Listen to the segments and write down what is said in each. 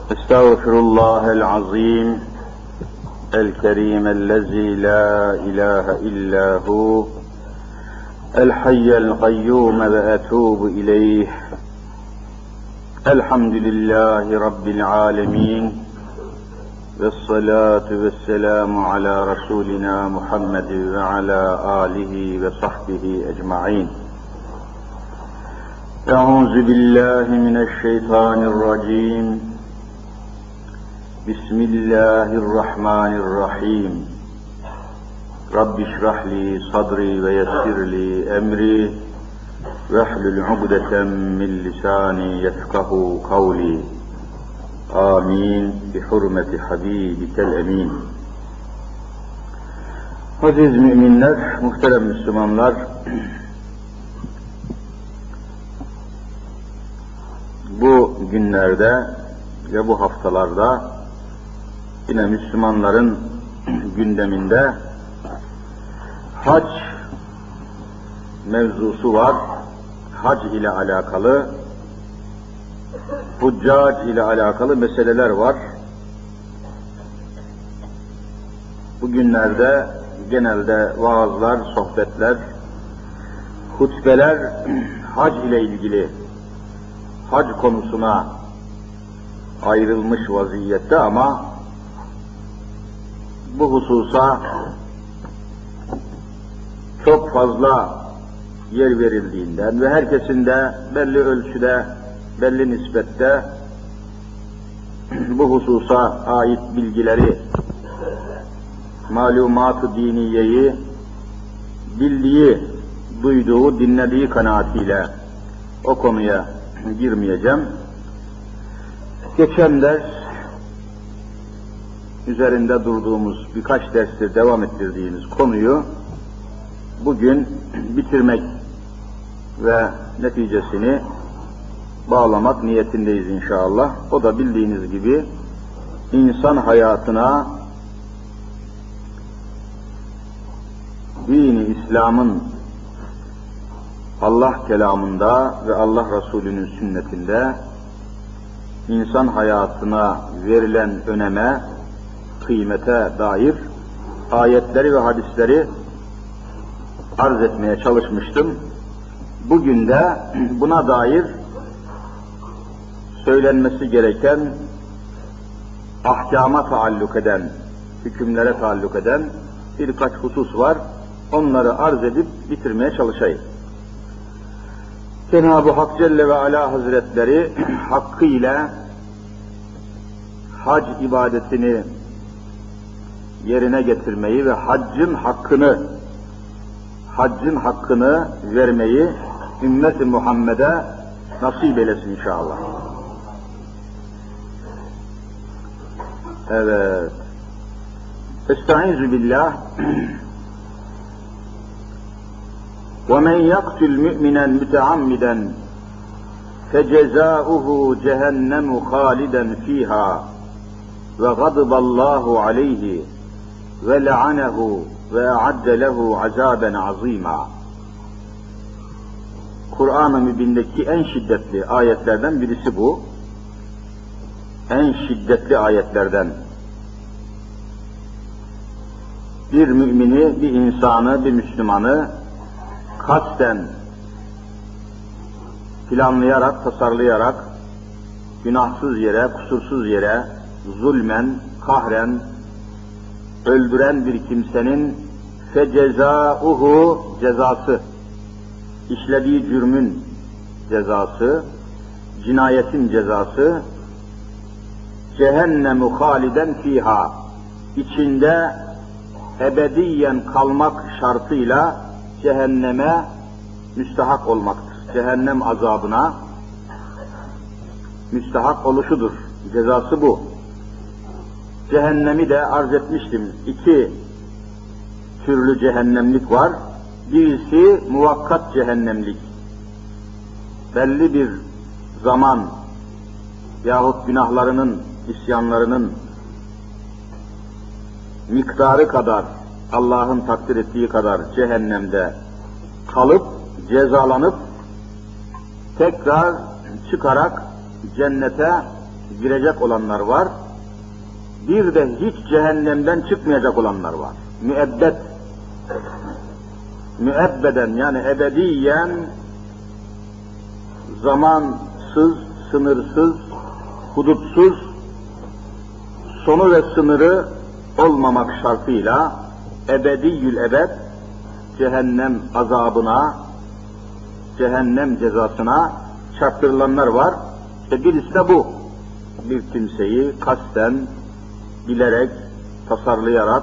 Estağfirullahel azim, el kerim ellezî la ilahe illâhu, el hayyel kayyûme ve etûbu ileyh. Elhamdülillahi Rabbil âlemîn. Vessalâtu vesselâmu alâ Rasûlinâ Muhammed ve alâ âlihi ve sahbihi ecmaîn. Euzu billahi mineşşeytanirracim. Bismillahirrahmanirrahim. Rabbi şrah li sadri ve yessir li emri vehlul ugdeten min lisani yefkahu kavli. Amin. Bi hurmeti habibikel emin. Aziz müminler, muhterem Müslümanlar, bu günlerde ve bu haftalarda yine Müslümanların gündeminde hac mevzusu var. Hac ile alakalı, huccac ile alakalı meseleler var. Bu günlerde genelde vaazlar, sohbetler, hutbeler hac ile ilgili, hac konusuna ayrılmış vaziyette ama bu hususa çok fazla yer verildiğinden ve herkesin de belli ölçüde, belli nispette bu hususa ait bilgileri, malumat-ı diniyeyi bildiği, duyduğu, dinlediği kanaatiyle o konuya girmeyeceğim. Geçen ders üzerinde durduğumuz, birkaç derstir devam ettirdiğimiz konuyu bugün bitirmek ve neticesini bağlamak niyetindeyiz inşallah. O da bildiğiniz gibi insan hayatına din-i İslam'ın Allah kelamında ve Allah Resulü'nün sünnetinde insan hayatına verilen öneme, kıymete dair ayetleri ve hadisleri arz etmeye çalışmıştım. Bugün de buna dair söylenmesi gereken, ahkama taalluk eden, hükümlere taalluk eden birkaç husus var. Onları arz edip bitirmeye çalışayım. Cenab-ı Hak Celle ve Ala Hazretleri hakkıyla hac ibadetini yerine getirmeyi ve haccın hakkını vermeyi ümmet-i Muhammed'e nasip eylesin inşallah. Evet. Estaizu billah. وَمَنْ يَقْتُلْ مُؤْمِنًا مُتَعَمِّدًا فَجَزَاؤُهُ جَهَنَّمُ خَالِدًا فِيهَا وَغَضِبَ اللّٰهُ عَلَيْهِ وَلَعَنَهُ وَاَعَدَّ لَهُ عَذَابًا عَظِيمًا. Kur'an-ı Mübin'deki en şiddetli ayetlerden birisi bu. En şiddetli ayetlerden. Bir mümini, bir insanı, bir Müslümanı kasten planlayarak, tasarlayarak, günahsız yere, kusursuz yere, zulmen, kahren öldüren bir kimsenin fecezâuhu cezası, işlediği cürmün cezası, cinayetin cezası, cehennemu haliden fiha, içinde ebediyen kalmak şartıyla cehenneme müstahak olmaktır. Cehennem azabına müstahak oluşudur. Cezası bu. Cehennemi de arz etmiştim. İki türlü cehennemlik var. Birisi muvakkat cehennemlik. Belli bir zaman yahut günahlarının, isyanlarının miktarı kadar, Allah'ın takdir ettiği kadar cehennemde kalıp, cezalanıp, tekrar çıkarak cennete girecek olanlar var. Bir de hiç cehennemden çıkmayacak olanlar var. Müebbeden yani ebediyen, zamansız, sınırsız, hudutsuz, sonu ve sınırı olmamak şartıyla ebediyyül ebed cehennem azabına, cehennem cezasına çarptırılanlar var. İşte birisi de bu. Bir kimseyi kasten, bilerek, tasarlayarak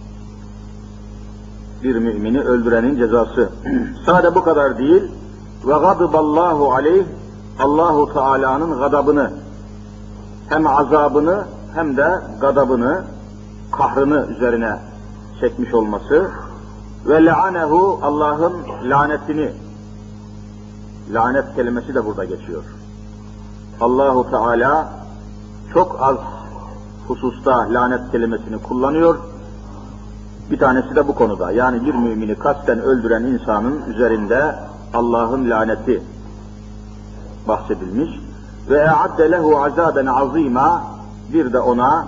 bir mümini öldürenin cezası. Sadece bu kadar değil. Ve gadiballahu aleyh, Allahu Teala'nın gadabını, hem azabını hem de gadabını, kahrını üzerine çekmiş olması ve le'anehu, Allah'ın lanetini, lanet kelimesi de burada geçiyor. Allahu Teala çok az hususta lanet kelimesini kullanıyor. Bir tanesi de bu konuda. Yani bir mümini kasten öldüren insanın üzerinde Allah'ın laneti bahsedilmiş. Ve e'adde lehu azaben azîmâ, bir de ona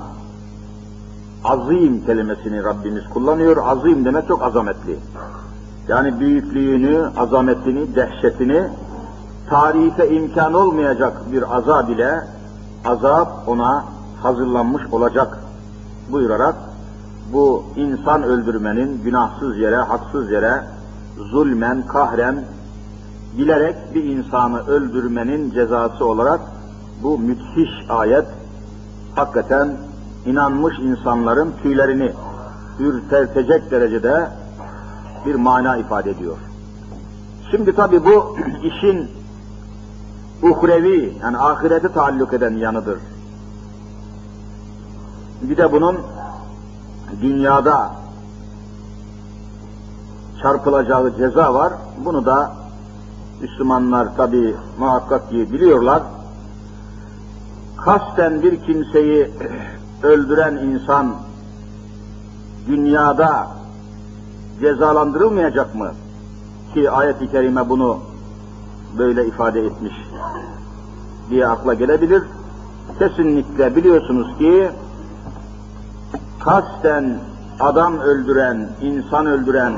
azim kelimesini Rabbimiz kullanıyor. Azim demek çok azametli. Yani büyüklüğünü, azametini, dehşetini tarife imkan olmayacak bir azab ile azap ona hazırlanmış olacak buyurarak bu insan öldürmenin günahsız yere, haksız yere zulmen, kahren bilerek bir insanı öldürmenin cezası olarak bu müthiş ayet hakikaten inanmış insanların tüylerini ürpertecek derecede bir mana ifade ediyor. Şimdi tabi bu işin uhrevi, yani ahirete taalluk eden yanıdır. Bir de bunun dünyada çarpılacağı ceza var. Bunu da Müslümanlar tabi muhakkak ki biliyorlar. Kasten bir kimseyi öldüren insan dünyada cezalandırılmayacak mı? Ki ayet-i kerime bunu böyle ifade etmiş diye akla gelebilir. Kesinlikle biliyorsunuz ki kasten adam öldüren, insan öldüren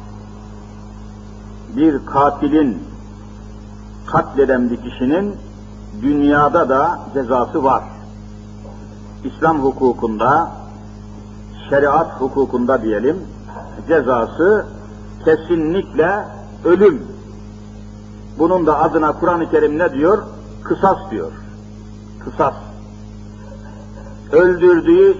bir katilin, katleden bir kişinin dünyada da cezası var. İslam hukukunda, şeriat hukukunda diyelim, cezası kesinlikle ölüm. Bunun da adına Kur'an-ı Kerim ne diyor? Kısas diyor. Kısas. Öldürdüğü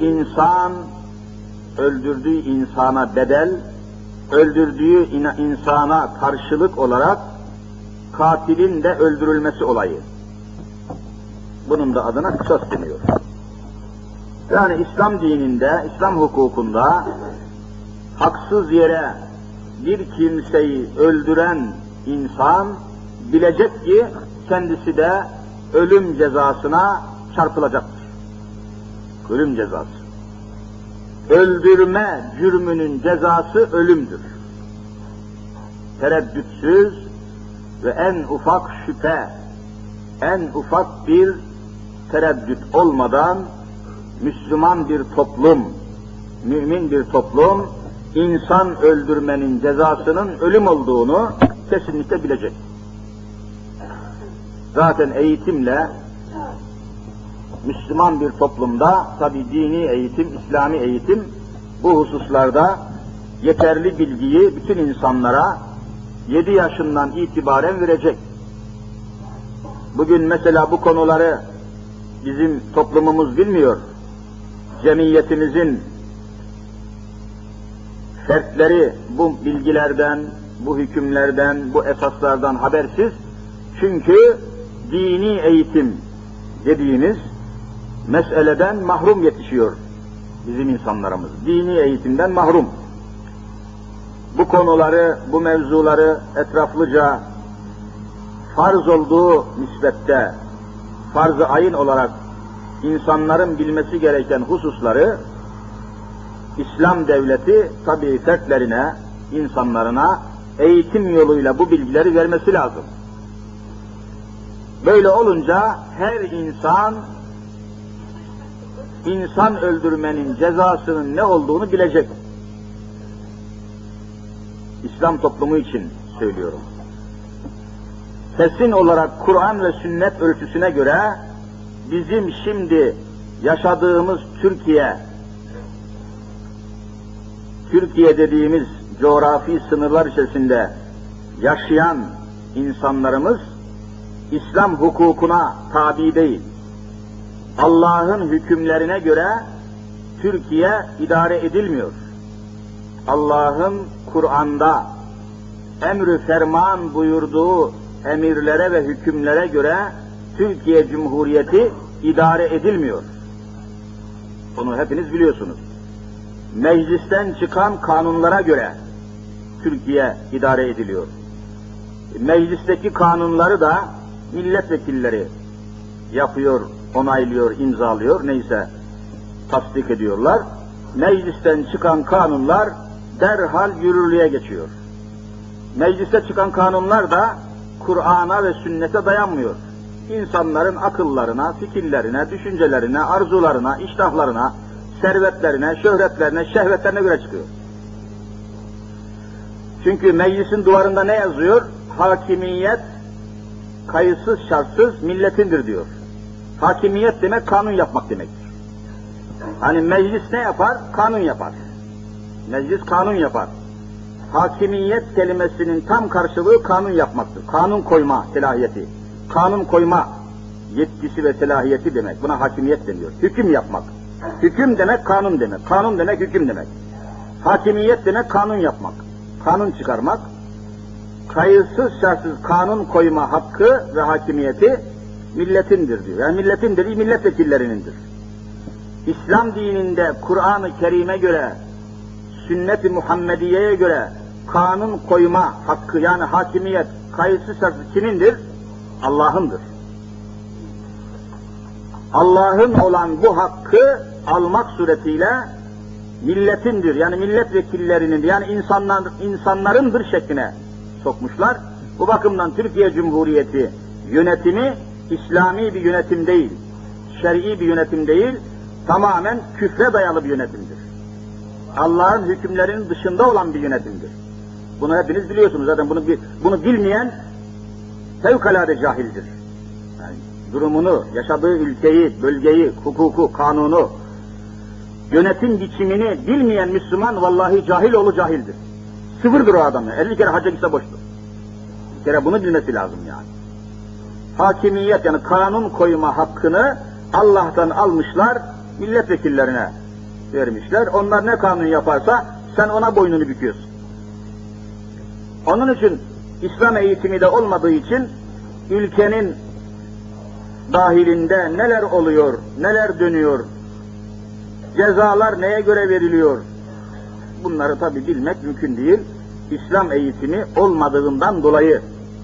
insana bedel, öldürdüğü insana karşılık olarak katilin de öldürülmesi olayı. Bunun da adına kısas deniyor. Yani İslam dininde, İslam hukukunda haksız yere bir kimseyi öldüren insan bilecek ki kendisi de ölüm cezasına çarpılacaktır. Ölüm cezası. Öldürme cürmünün cezası ölümdür. Tereddütsüz ve en ufak şüphe, en ufak bir tereddüt olmadan Müslüman bir toplum, mümin bir toplum, insan öldürmenin cezasının ölüm olduğunu kesinlikle bilecek. Zaten eğitimle Müslüman bir toplumda tabi dini eğitim, İslami eğitim bu hususlarda yeterli bilgiyi bütün insanlara 7 yaşından itibaren verecek. Bugün mesela bu konuları bizim toplumumuz bilmiyor. Cemiyetimizin fertleri bu bilgilerden, bu hükümlerden, bu esaslardan habersiz. Çünkü dini eğitim dediğimiz meseleden mahrum yetişiyor bizim insanlarımız. Dini eğitimden mahrum. Bu konuları, bu mevzuları etraflıca farz olduğu nispette, farz-ı ayın olarak insanların bilmesi gereken hususları İslam devleti tabii fertlerine, insanlarına eğitim yoluyla bu bilgileri vermesi lazım. Böyle olunca her insan insan öldürmenin cezasının ne olduğunu bilecek. İslam toplumu için söylüyorum. Kesin olarak Kur'an ve sünnet ölçüsüne göre bizim şimdi yaşadığımız Türkiye dediğimiz coğrafi sınırlar içerisinde yaşayan insanlarımız İslam hukukuna tabi değil. Allah'ın hükümlerine göre Türkiye idare edilmiyor. Allah'ın Kur'an'da emr-i ferman buyurduğu emirlere ve hükümlere göre Türkiye Cumhuriyeti idare edilmiyor. Bunu hepiniz biliyorsunuz. Meclisten çıkan kanunlara göre Türkiye idare ediliyor. Meclisteki kanunları da milletvekilleri yapıyor, onaylıyor, imzalıyor, neyse tasdik ediyorlar. Meclisten çıkan kanunlar derhal yürürlüğe geçiyor. Mecliste çıkan kanunlar da Kur'an'a ve sünnete dayanmıyor. İnsanların akıllarına, fikirlerine, düşüncelerine, arzularına, iştahlarına, servetlerine, şöhretlerine, şehvetlerine göre çıkıyor. Çünkü meclisin duvarında ne yazıyor? Hakimiyet kayıtsız şartsız milletindir diyor. Hakimiyet demek kanun yapmak demektir. Hani meclis ne yapar? Kanun yapar. Meclis kanun yapar. Hakimiyet kelimesinin tam karşılığı kanun yapmaktır. Kanun koyma selahiyeti. Kanun koyma yetkisi ve selahiyeti demek. Buna hakimiyet deniyor. Hüküm yapmak. Hüküm demek kanun demek. Kanun demek hüküm demek. Hakimiyet demek kanun yapmak. Kanun çıkarmak. Kayıtsız şartsız kanun koyma hakkı ve hakimiyeti milletindir diyor. Yani milletin dediği milletvekillerinindir. İslam dininde Kur'an-ı Kerim'e göre, sünnet-i Muhammediye'ye göre kanun koyma hakkı yani hakimiyet kayıtsız şartsız kimindir? Allah'ındır. Allah'ın olan bu hakkı almak suretiyle milletindir. Yani milletvekillerinin yani insanlarındır şekline sokmuşlar. Bu bakımdan Türkiye Cumhuriyeti yönetimi İslami bir yönetim değil, şer'i bir yönetim değil, tamamen küfre dayalı bir yönetimdir. Allah'ın hükümlerinin dışında olan bir yönetimdir. Bunu hepiniz biliyorsunuz zaten bunu bilmeyen fevkalade cahildir. Yani durumunu, yaşadığı ülkeyi, bölgeyi, hukuku, kanunu, yönetim biçimini bilmeyen Müslüman vallahi cahil oğlu cahildir. Sıfırdır o adam. 50 kere hacca gitse boştur. Bir kere bunu bilmesi lazım yani. Hakimiyet yani kanun koyma hakkını Allah'tan almışlar, milletvekillerine vermişler. Onlar ne kanun yaparsa sen ona boynunu büküyorsun. Onun için İslam eğitimi de olmadığı için ülkenin dahilinde neler oluyor, neler dönüyor, cezalar neye göre veriliyor, bunları tabi bilmek mümkün değil. İslam eğitimi olmadığından dolayı.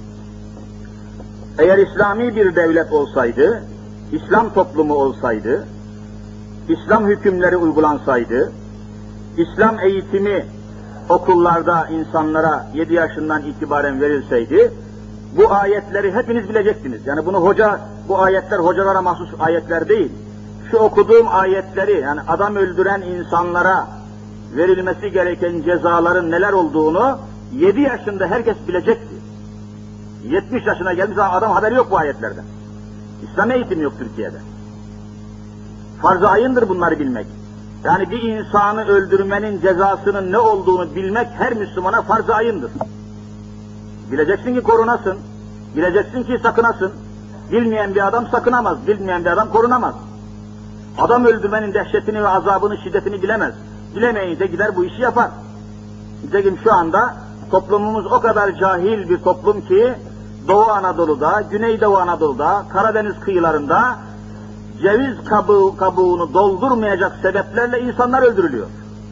Eğer İslami bir devlet olsaydı, İslam toplumu olsaydı, İslam hükümleri uygulansaydı, İslam eğitimi okullarda insanlara 7 yaşından itibaren verilseydi, bu ayetleri hepiniz bilecektiniz. Yani bunu bu ayetler hocalara mahsus ayetler değil. Şu okuduğum ayetleri, yani adam öldüren insanlara verilmesi gereken cezaların neler olduğunu 7 yaşında herkes bilecekti. 70 yaşına gelmiş adam haberi yok bu ayetlerden. İslam eğitimi yok Türkiye'de. Farz-ı ayındır bunları bilmek. Yani bir insanı öldürmenin cezasının ne olduğunu bilmek her Müslümana farz-ı ayındır. Bileceksin ki korunasın, bileceksin ki sakınasın. Bilmeyen bir adam sakınamaz, bilmeyen bir adam korunamaz. Adam öldürmenin dehşetini ve azabını, şiddetini bilemez. Bilemeyince gider bu işi yapar. Nitekim şu anda toplumumuz o kadar cahil bir toplum ki Doğu Anadolu'da, Güneydoğu Anadolu'da, Karadeniz kıyılarında ceviz kabuğunu doldurmayacak sebeplerle insanlar öldürülüyor.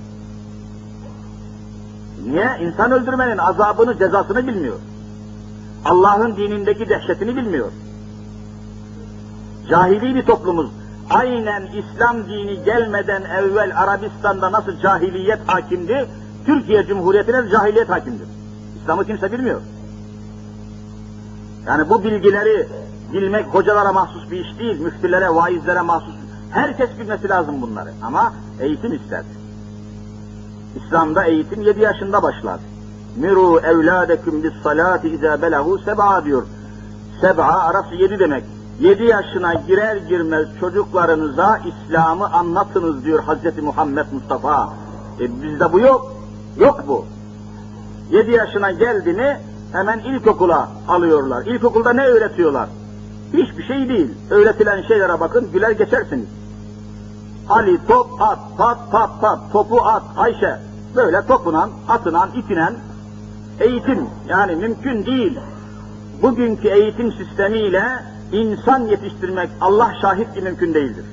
Niye? İnsan öldürmenin azabını, cezasını bilmiyor. Allah'ın dinindeki dehşetini bilmiyor. Cahili bir toplumuz. Aynen İslam dini gelmeden evvel Arabistan'da nasıl cahiliyet hakimdi, Türkiye Cumhuriyeti'ne cahiliyet hakimdir. İslam'ı kimse bilmiyor. Yani bu bilgileri bilmek hocalara mahsus bir iş değil, müftülere, vaizlere mahsus Herkes bilmesi lazım bunları ama eğitim ister. İslam'da eğitim 7 yaşında başlar. Miru evladekum bis salati iza belagu seb'a diyor. Seb'a Arapça 7 demek. 7 yaşına girer girmez çocuklarınıza İslam'ı anlatınız diyor Hazreti Muhammed Mustafa. Bizde bu yok. Yok bu. 7 yaşına geldi mi hemen ilkokula alıyorlar. İlkokulda ne öğretiyorlar? Hiçbir şey değil. Öğretilen şeylere bakın, güler geçersiniz. Ali top at, pat pat pat, topu at, Ayşe. Böyle topunan, atınan, itinen eğitim. Yani mümkün değil. Bugünkü eğitim sistemiyle insan yetiştirmek Allah şahit ki mümkün değildir.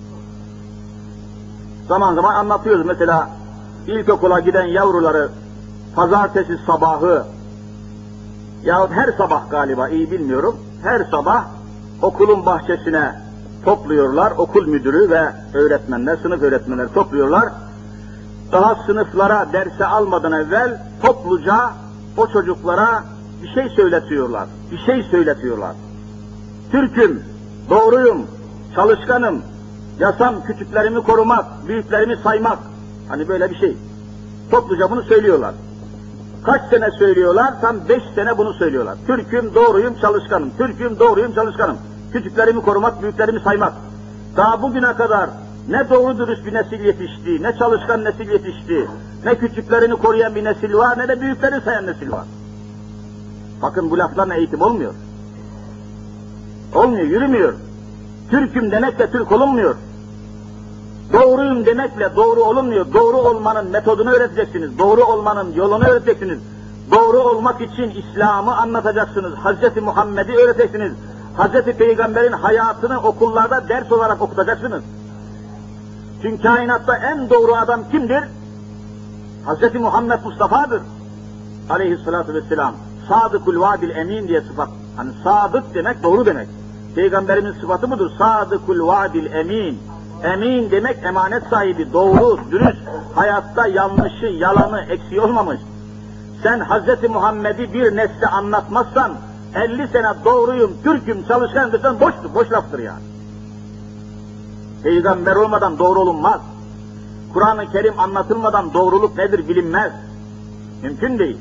Zaman zaman anlatıyoruz mesela ilkokula giden yavruları pazartesi sabahı yahut her sabah galiba iyi bilmiyorum, her sabah okulun bahçesine topluyorlar, okul müdürü ve öğretmenler, sınıf öğretmenleri topluyorlar. Daha sınıflara derse almadan evvel topluca o çocuklara bir şey söyletiyorlar, bir şey söyletiyorlar. Türk'üm, doğruyum, çalışkanım, yasam küçüklerimi korumak, büyüklerimi saymak. Hani böyle bir şey. Topluca bunu söylüyorlar. Kaç sene söylüyorlar? Tam 5 sene bunu söylüyorlar. Türk'üm, doğruyum, çalışkanım. Türk'üm, doğruyum, çalışkanım. Küçüklerimi korumak, büyüklerimi saymak. Daha bugüne kadar ne doğru dürüst bir nesil yetişti, ne çalışkan nesil yetişti, ne küçüklerini koruyan bir nesil var, ne de büyüklerini sayan nesil var. Bakın bu laflarla eğitim olmuyor. Olmuyor, yürümüyor. Türk'üm demekle Türk olunmuyor. Doğruyum demekle doğru olunmuyor. Doğru olmanın metodunu öğreteceksiniz. Doğru olmanın yolunu öğreteceksiniz. Doğru olmak için İslam'ı anlatacaksınız. Hazreti Muhammed'i öğreteceksiniz. Hazreti Peygamber'in hayatını okullarda ders olarak okutacaksınız. Çünkü kainatta en doğru adam kimdir? Hazreti Muhammed Mustafa'dır. Aleyhissalatu vesselam. Sadıkul vadil emin diye sıfat. Hani sadık demek doğru demek. Peygamberimiz sıfatı budur. Sadıkul vadil emin. Emin demek emanet sahibi, doğru, dürüst, hayatta yanlışı, yalanı, eksiği olmamış. Sen Hazreti Muhammed'i bir nesle anlatmazsan, 50 sene doğruyum, Türk'üm, çalışkanım desen boştur, boş laftır yani. Peygamber olmadan doğru olunmaz. Kur'an-ı Kerim anlatılmadan doğruluk nedir bilinmez. Mümkün değil.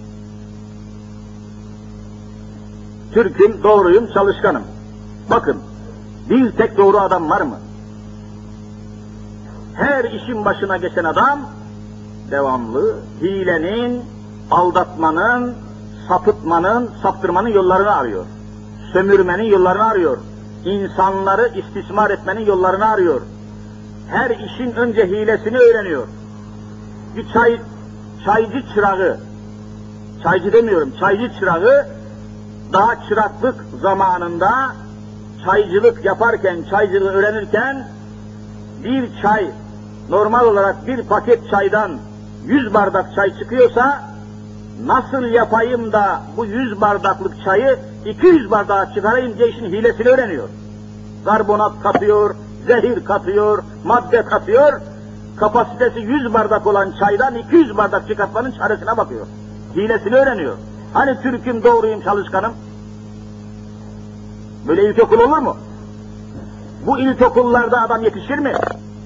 Türk'üm, doğruyum, çalışkanım. Bakın, bir tek doğru adam var mı? Her işin başına geçen adam, devamlı hilenin, aldatmanın, sapıtmanın, saptırmanın yollarını arıyor. Sömürmenin yollarını arıyor. İnsanları istismar etmenin yollarını arıyor. Her işin önce hilesini öğreniyor. Bir çaycı çırağı, çaycı demiyorum, çaycı çırağı, daha çıraklık zamanında çaycılık yaparken, çaycılığı öğrenirken, bir çay, normal olarak bir paket çaydan 100 bardak çay çıkıyorsa, nasıl yapayım da bu 100 bardaklık çayı 200 bardağa çıkarayım diye işin hilesini öğreniyor. Karbonat katıyor, zehir katıyor, madde katıyor, kapasitesi 100 bardak olan çaydan 200 bardak çıkartmanın çaresine bakıyor. Hilesini öğreniyor. Hani Türk'üm, doğruyum, çalışkanım? Böyle ilkokul olur mu? Bu ilkokullarda adam yetişir mi?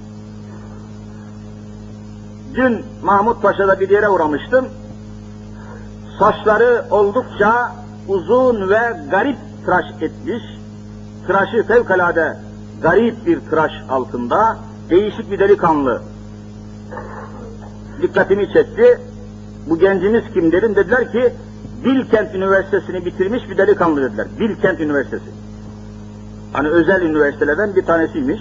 Dün Mahmut Paşa'da bir yere uğramıştım. Saçları oldukça uzun ve garip tıraş etmiş. Tıraşı fevkalade garip bir tıraş altında. Değişik bir delikanlı. Dikkatimi çekti. Bu gencimiz kim dedim. Dediler ki Bilkent Üniversitesi'ni bitirmiş bir delikanlı dediler. Bilkent Üniversitesi. Hani özel üniversitelerden bir tanesiymiş.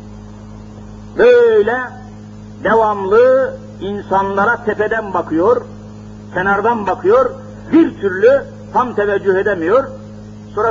Böyle devamlı insanlara tepeden bakıyor, kenardan bakıyor, bir türlü tam teveccüh edemiyor. Sonra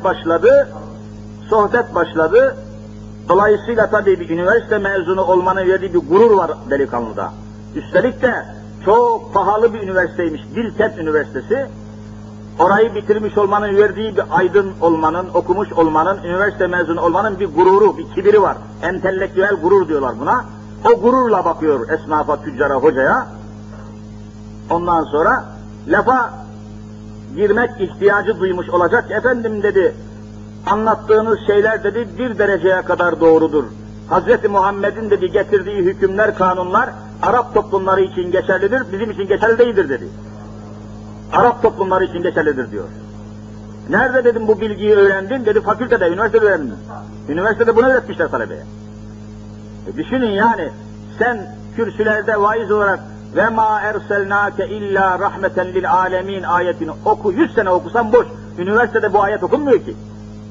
sohbet başladı. Dolayısıyla tabii bir üniversite mezunu olmanın verdiği bir gurur var delikanlıda. Üstelik de çok pahalı bir üniversiteymiş, Bilkent Üniversitesi. Orayı bitirmiş olmanın verdiği bir aydın olmanın, okumuş olmanın, üniversite mezunu olmanın bir gururu, bir kibiri var. Entelektüel gurur diyorlar buna. O gururla bakıyor esnafa, tüccara, hocaya. Ondan sonra lafa girmek ihtiyacı duymuş olacak. Efendim dedi, anlattığınız şeyler dedi bir dereceye kadar doğrudur. Hazreti Muhammed'in dedi getirdiği hükümler, kanunlar Arap toplumları için geçerlidir, bizim için geçerli değildir dedi. Arap toplumları için geçerlidir diyor. Nerede dedim bu bilgiyi öğrendin? Dedi fakültede, üniversitede öğrendim. Üniversitede bunu öğretmişler talebeye. Düşünün yani, sen kürsülerde vaiz olarak ve ma erselnake illa rahmeten lil alemin ayetini oku, 100 sene okusan boş. Üniversitede bu ayet okunmuyor ki.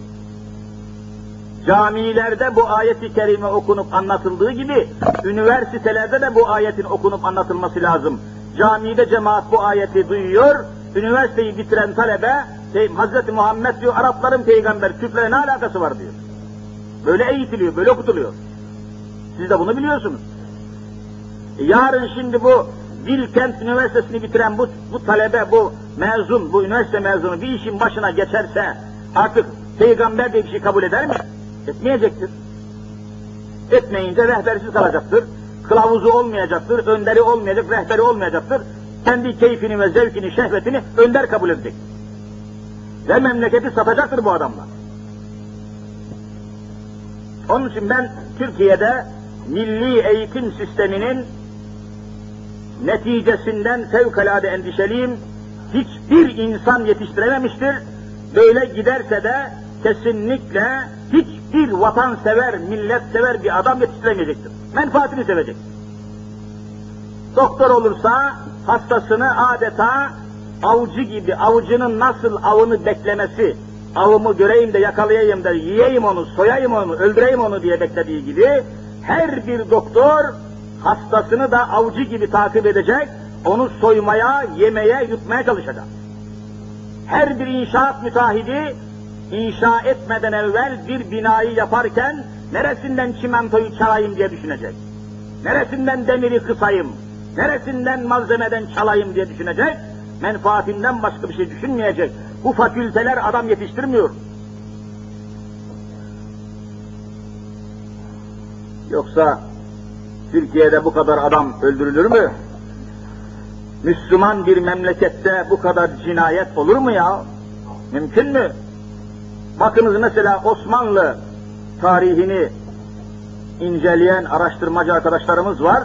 Camilerde bu ayet-i kerime okunup anlatıldığı gibi, üniversitelerde de bu ayetin okunup anlatılması lazım. Camide cemaat bu ayeti duyuyor, üniversiteyi bitiren talebe, Hazreti Muhammed diyor, Arapların peygamber, Türklere ne alakası var diyor. Böyle eğitiliyor, böyle okutuluyor. Siz de bunu biliyorsunuz. Yarın şimdi bu Bilkent Üniversitesi'ni bitiren bu talebe, bu mezun, bu üniversite mezunu bir işin başına geçerse artık peygamber diye bir şey kabul eder mi? Etmeyecektir. Etmeyince rehbersiz kalacaktır. Kılavuzu olmayacaktır, önderi olmayacak, rehberi olmayacaktır. Kendi keyfini ve zevkini, şehvetini önder kabul edecek. Ve memleketi satacaktır bu adamlar. Onun için ben Türkiye'de milli eğitim sisteminin neticesinden fevkalade endişeliyim. Hiçbir insan yetiştirememiştir. Böyle giderse de kesinlikle hiçbir vatansever, milletsever bir adam yetiştiremeyecektir. Menfaatini sevecek. Doktor olursa hastasını adeta avcı gibi, avcının nasıl avını beklemesi, avımı göreyim de yakalayayım da yiyeyim onu, soyayım onu, öldüreyim onu diye beklediği gibi, her bir doktor hastasını da avcı gibi takip edecek, onu soymaya, yemeye, yutmaya çalışacak. Her bir inşaat müteahhidi, inşa etmeden evvel bir binayı yaparken, neresinden çimentoyu çalayım diye düşünecek. Neresinden demiri kısayım, neresinden malzemeden çalayım diye düşünecek, menfaatinden başka bir şey düşünmeyecek. Bu fakülteler adam yetiştirmiyor. Yoksa Türkiye'de bu kadar adam öldürülür mü? Müslüman bir memlekette bu kadar cinayet olur mu ya? Mümkün mü? Bakınız mesela Osmanlı tarihini inceleyen araştırmacı arkadaşlarımız var.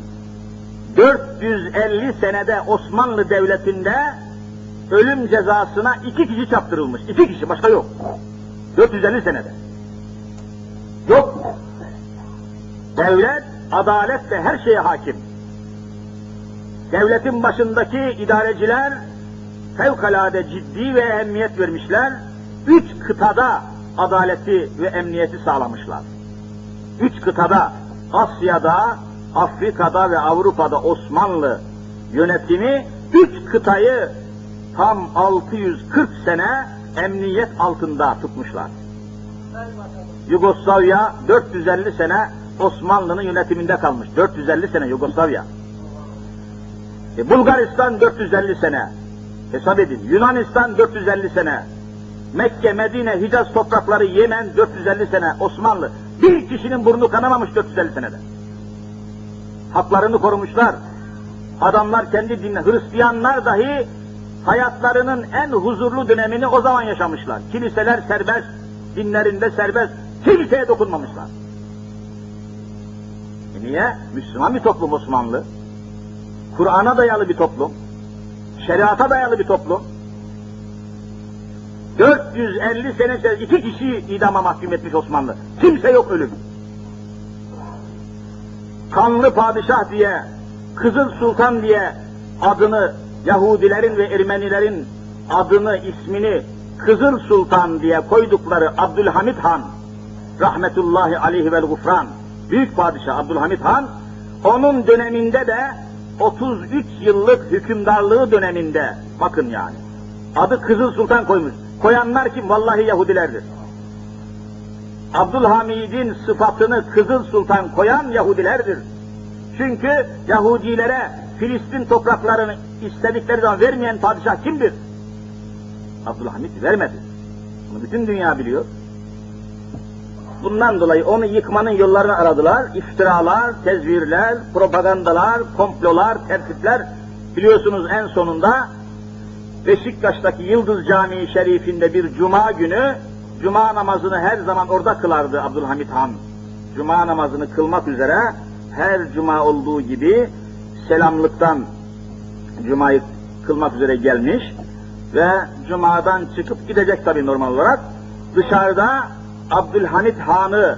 450 senede Osmanlı Devleti'nde ölüm cezasına 2 kişi çarptırılmış. 2 kişi, başka yok. 450 senede. Yok. Devlet, adalet ve her şeye hakim. Devletin başındaki idareciler fevkalade ciddi ve ehemmiyet vermişler. 3 kıtada adaleti ve emniyeti sağlamışlar. 3 kıtada, Asya'da, Afrika'da ve Avrupa'da Osmanlı yönetimi 3 kıtayı tam 640 sene emniyet altında tutmuşlar. Yugoslavya 450 sene Osmanlı'nın yönetiminde kalmış. 450 sene Yugoslavya. Bulgaristan 450 sene. Hesap edin. Yunanistan 450 sene. Mekke, Medine, Hicaz toprakları, Yemen 450 sene. Osmanlı. Bir kişinin burnu kanamamış 450 senede. Haklarını korumuşlar. Adamlar kendi dinle, Hristiyanlar dahi hayatlarının en huzurlu dönemini o zaman yaşamışlar. Kiliseler serbest, dinlerinde serbest, kimseye dokunmamışlar. Niye? Müslüman bir toplum Osmanlı. Kur'an'a dayalı bir toplum. Şeriata dayalı bir toplum. 450 sene içerisinde 2 kişi idama mahkum etmiş Osmanlı. Kimse yok ölüm. Kanlı padişah diye, Kızıl Sultan diye adını, Yahudilerin ve Ermenilerin adını, ismini Kızıl Sultan diye koydukları Abdülhamit Han, rahmetullahi aleyhi vel gufran, büyük padişah Abdülhamit Han, onun döneminde de 33 yıllık hükümdarlığı döneminde, bakın yani, adı Kızıl Sultan koymuş. Koyanlar kim? Vallahi Yahudilerdir. Abdülhamid'in sıfatını Kızıl Sultan koyan Yahudilerdir. Çünkü Yahudilere Filistin topraklarını istedikleri zaman vermeyen padişah kimdir? Abdülhamid vermedi. Bunu bütün dünya biliyor. Bundan dolayı onu yıkmanın yollarını aradılar. İftiralar, tezvirler, propagandalar, komplolar, tertipler. Biliyorsunuz en sonunda Beşiktaş'taki Yıldız Camii Şerif'inde bir cuma günü, cuma namazını her zaman orada kılardı Abdülhamid Han. cuma namazını kılmak üzere her cuma olduğu gibi selamlıktan cumayı kılmak üzere gelmiş ve cumadan çıkıp gidecek tabii normal olarak. Dışarıda Abdülhamid Han'ı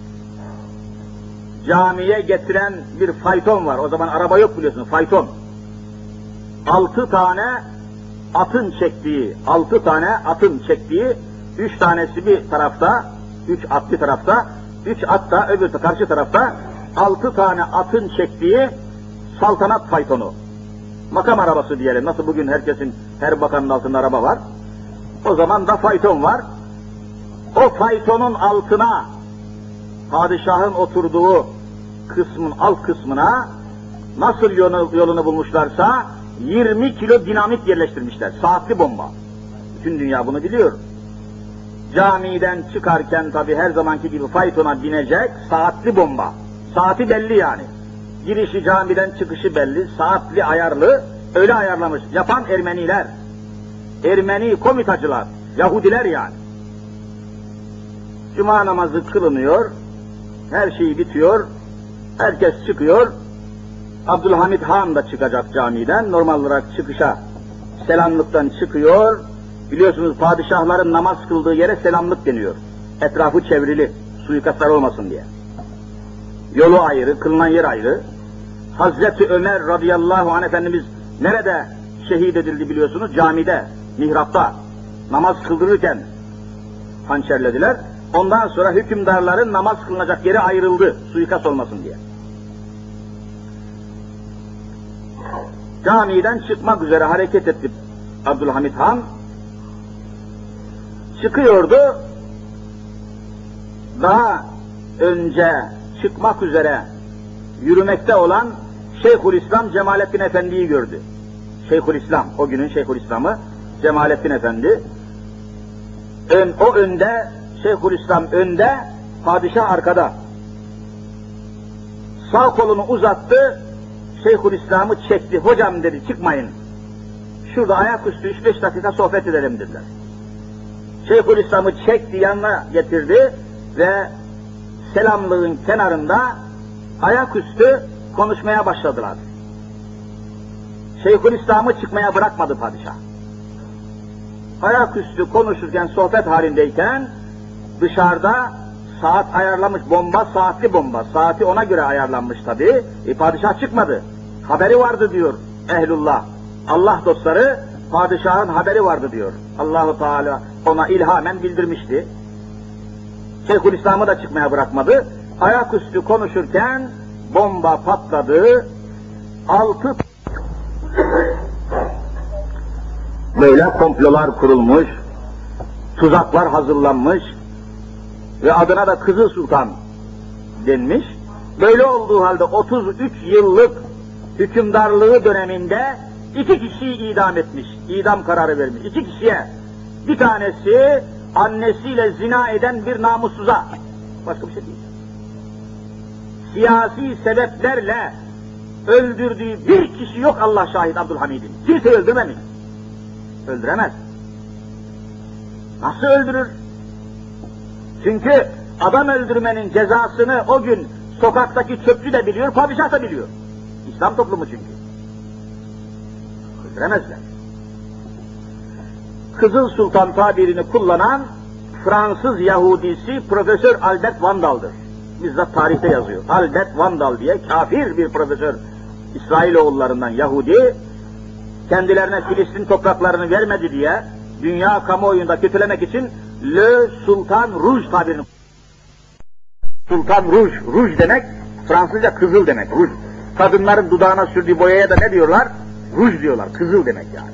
camiye getiren bir fayton var. O zaman araba yok biliyorsun, fayton. 6 tane atın çektiği, 3 tanesi bir tarafta, 3 at bir tarafta, 3 at da öbür karşı tarafta, 6 tane atın çektiği saltanat faytonu. Makam arabası diyelim. Nasıl bugün herkesin, her bakanın altında araba var. O zaman da fayton var. O faytonun altına, padişahın oturduğu kısmın alt kısmına nasıl yolunu bulmuşlarsa 20 kilo dinamit yerleştirmişler. Saatli bomba. Bütün dünya bunu biliyor. Camiden çıkarken tabi her zamanki gibi faytona binecek, saatli bomba. Saati belli yani. Girişi camiden çıkışı belli, saatli ayarlı, öyle ayarlamış. Yapan Ermeniler. Ermeni komitacılar, Yahudiler yani. Cuma namazı kılınıyor, her şey bitiyor, herkes çıkıyor. Abdülhamid Han da çıkacak camiden, normal olarak çıkışa selamlıktan çıkıyor. Biliyorsunuz padişahların namaz kıldığı yere selamlık deniyor. Etrafı çevrili, suikastlar olmasın diye. Yolu ayrı, kılınan yer ayrı. Hazreti Ömer radıyallahu anh Efendimiz nerede şehit edildi biliyorsunuz? Camide, mihrapta. Namaz kıldırırken hançerlediler. Ondan sonra hükümdarların namaz kılınacak yeri ayrıldı, suikast olmasın diye. Camiden çıkmak üzere hareket etti Abdülhamid Han. Çıkıyordu, daha önce çıkmak üzere yürümekte olan Şeyhülislam Cemalettin Efendi'yi gördü. Şeyhülislam, o günün Şeyhülislam'ı Cemalettin Efendi. O önde, Şeyhülislam önde, padişah arkada. Sağ kolunu uzattı, Şeyhülislam'ı çekti. Hocam dedi, çıkmayın. Şurada ayaküstü 3-5 dakika sohbet edelim dediler. Şeyhülislam'ı çekti, yanına getirdi ve selamlığın kenarında ayaküstü konuşmaya başladılar. Şeyhülislam'ı çıkmaya bırakmadı padişah. Ayaküstü konuşurken, sohbet halindeyken dışarıda saat ayarlamış, bomba, saatli bomba. Saati ona göre ayarlanmış tabii. Padişah çıkmadı. Haberi vardı diyor ehlullah. Allah dostları, padişahın haberi vardı diyor. Allahu Teala ona ilhamen bildirmişti. Şeyhülislam'ı da çıkmaya bırakmadı. Ayaküstü konuşurken bomba patladı. 6 böyle komplolar kurulmuş, tuzaklar hazırlanmış ve adına da Kızıl Sultan denmiş. Böyle olduğu halde 33 yıllık hükümdarlığı döneminde 2 kişiyi idam etmiş, idam kararı vermiş. 2 kişiye, bir tanesi annesiyle zina eden bir namussuza, başka bir şey değil. Siyasi sebeplerle öldürdüğü bir kişi yok, Allah şahit Abdülhamid'in. Kimse öldürmemiş. Öldüremez. Nasıl öldürür? Çünkü adam öldürmenin cezasını o gün sokaktaki çöpçü de biliyor, padişah da biliyor. İslam toplumu çünkü. Öldüremezler. Kızıl Sultan tabirini kullanan Fransız Yahudisi Profesör Albert Vandal'dır. Bizzat tarihte yazıyor. Albert Vandal diye kafir bir profesör, İsrailoğullarından Yahudi, kendilerine Filistin topraklarını vermedi diye dünya kamuoyunda kötülemek için Le Sultan Rouge tabirini. Sultan Rouge, Rouge demek Fransızca kızıl demek, Rouge. Kadınların dudağına sürdüğü boyaya da ne diyorlar? Rouge diyorlar, kızıl demek yani.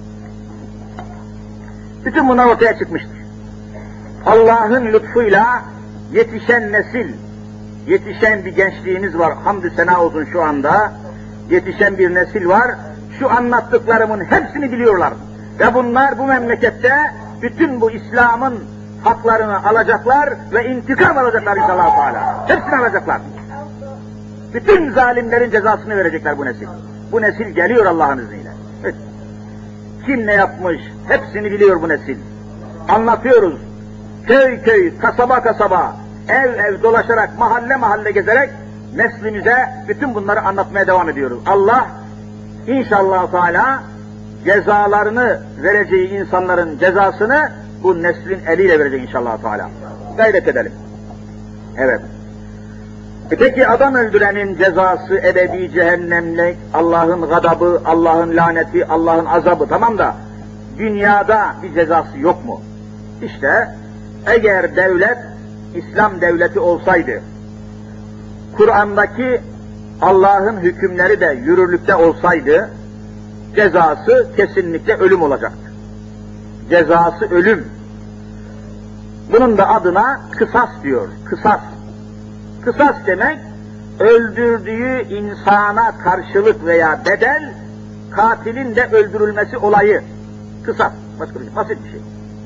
Bütün bunlar ortaya çıkmıştır. Allah'ın lütfuyla yetişen nesil, yetişen bir gençliğimiz var, hamdü sena olsun şu anda, yetişen bir nesil var, şu anlattıklarımın hepsini biliyorlar. Ve bunlar bu memlekette bütün bu İslam'ın haklarını alacaklar ve intikam alacaklar inşallah Teala. Hepsini alacaklar. Bütün zalimlerin cezasını verecekler bu nesil. Bu nesil geliyor Allah'ın izniyle. Kim ne yapmış, hepsini biliyor bu nesil. Anlatıyoruz. Köy köy, kasaba kasaba, ev ev dolaşarak, mahalle mahalle gezerek neslimize bütün bunları anlatmaya devam ediyoruz. Allah inşallah Teala cezalarını vereceği insanların cezasını bu neslin eliyle verecek inşallah Teala. Gayret edelim. Evet. Peki adam öldürenin cezası ebedi cehennemlik, Allah'ın gadabı, Allah'ın laneti, Allah'ın azabı, tamam da dünyada bir cezası yok mu? İşte eğer devlet İslam devleti olsaydı, Kur'an'daki Allah'ın hükümleri de yürürlükte olsaydı, cezası kesinlikle ölüm olacaktı. Cezası ölüm. Bunun da adına kısas diyor, kısas. Kısas demek, öldürdüğü insana karşılık veya bedel, katilin de öldürülmesi olayı. Kısas, başka bir şey, basit bir şey.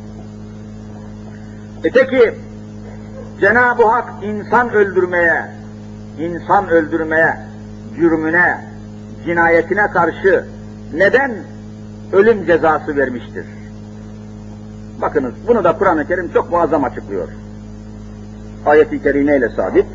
Peki, Cenab-ı Hak insan öldürmeye, cürmüne, cinayetine karşı neden ölüm cezası vermiştir? Bakınız, bunu da Kur'an-ı Kerim çok muazzam açıklıyor. Ayet-i kerimeyle sabit.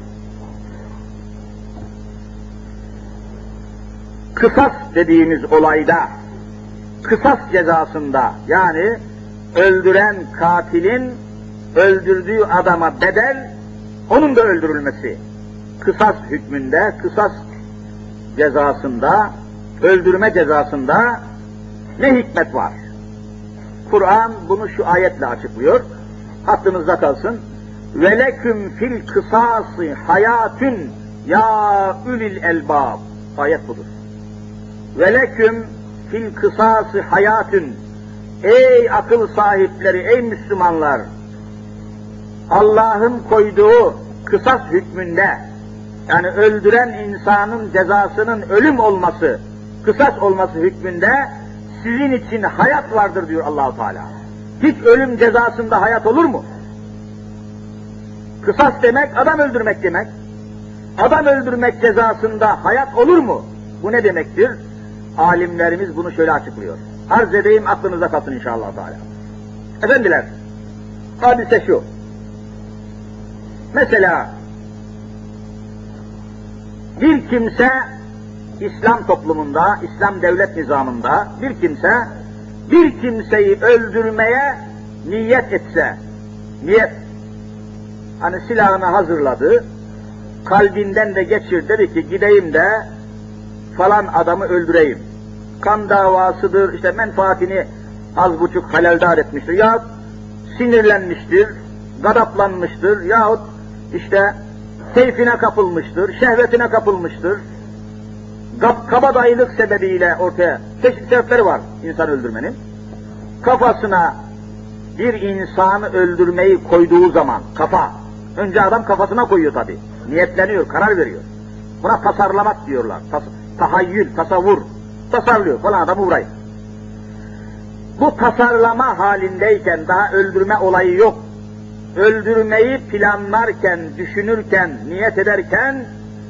Kısas dediğimiz olayda, kısas cezasında, yani öldüren katilin öldürdüğü adama bedel, onun da öldürülmesi. Kısas hükmünde, kısas cezasında, öldürme cezasında ne hikmet var? Kur'an bunu şu ayetle açıklıyor. Aklınızda kalsın. وَلَكُمْ فِي الْقِصَاصِ حَيَاتٌ يَا اُلِي الْاَلْبَابِ. Ayet budur. وَلَكُمْ فِي الْقِصَاصِ حَيَاتٌ. Ey akıl sahipleri, ey Müslümanlar! Allah'ın koyduğu kısas hükmünde, yani öldüren insanın cezasının ölüm olması, kısas olması hükmünde sizin için hayat vardır diyor Allah-u Teala. Hiç ölüm cezasında hayat olur mu? Kısas demek adam öldürmek demek. Adam öldürmek cezasında hayat olur mu? Bu ne demektir? Alimlerimiz bunu şöyle açıklıyor. Arz edeyim, aklınızda kalsın inşallah Teala. Efendiler, hadise şu. Mesela bir kimse İslam toplumunda, İslam devlet nizamında bir kimseyi öldürmeye niyet etse, hani silahını hazırladı, kalbinden de geçir, dedi ki gideyim de falan adamı öldüreyim. Kan davasıdır, işte menfaatini az buçuk haleldar etmiştir, yahut sinirlenmiştir, gadaplanmıştır, yahut işte keyfine kapılmıştır, şehvetine kapılmıştır. Kabadayılık sebebiyle ortaya çeşitli sebepleri var insan öldürmenin. Kafasına bir insanı öldürmeyi koyduğu zaman, önce adam kafasına koyuyor tabi, niyetleniyor, karar veriyor. Buna tasarlamak diyorlar, tahayyül, tasavvur, tasarlıyor falan adamı vurayım. Bu tasarlama halindeyken, daha öldürme olayı yok. Öldürmeyi planlarken, düşünürken, niyet ederken,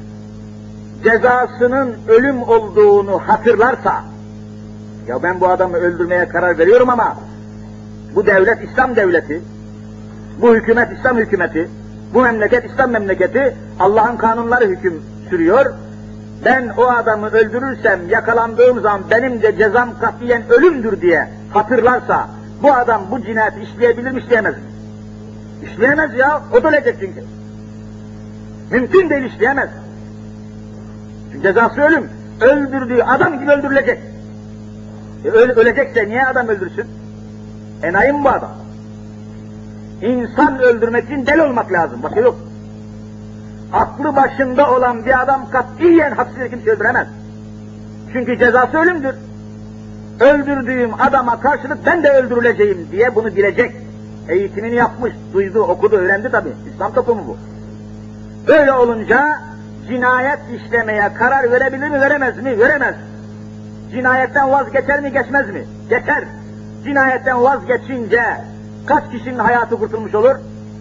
cezasının ölüm olduğunu hatırlarsa, ya ben bu adamı öldürmeye karar veriyorum ama bu devlet İslam devleti, bu hükümet İslam hükümeti, bu memleket İslam memleketi, Allah'ın kanunları hüküm sürüyor. Ben o adamı öldürürsem, yakalandığım zaman benim de cezam katiyen ölümdür diye hatırlarsa, bu adam bu cinayeti işleyebilir mi, işleyemez mi? İşleyemez ya, o da ölecek çünkü. Mümkün değil, işleyemez. Çünkü cezası ölüm. Öldürdüğü adam gibi öldürülecek. Ölecekse niye adam öldürsün? Enayi mi bu adam? İnsan öldürmek için deli olmak lazım, başka yok. Aklı başında olan bir adam katiyen haksız kimse öldüremez. Çünkü cezası ölümdür. Öldürdüğüm adama karşılık ben de öldürüleceğim diye bunu bilecek. Eğitimini yapmış, duydu, okudu, öğrendi tabi. İslam toplumu bu. Böyle olunca cinayet işlemeye karar verebilir mi, veremez mi? Veremez. Cinayetten vazgeçer mi, geçmez mi? Geçer. Cinayetten vazgeçince kaç kişinin hayatı kurtulmuş olur?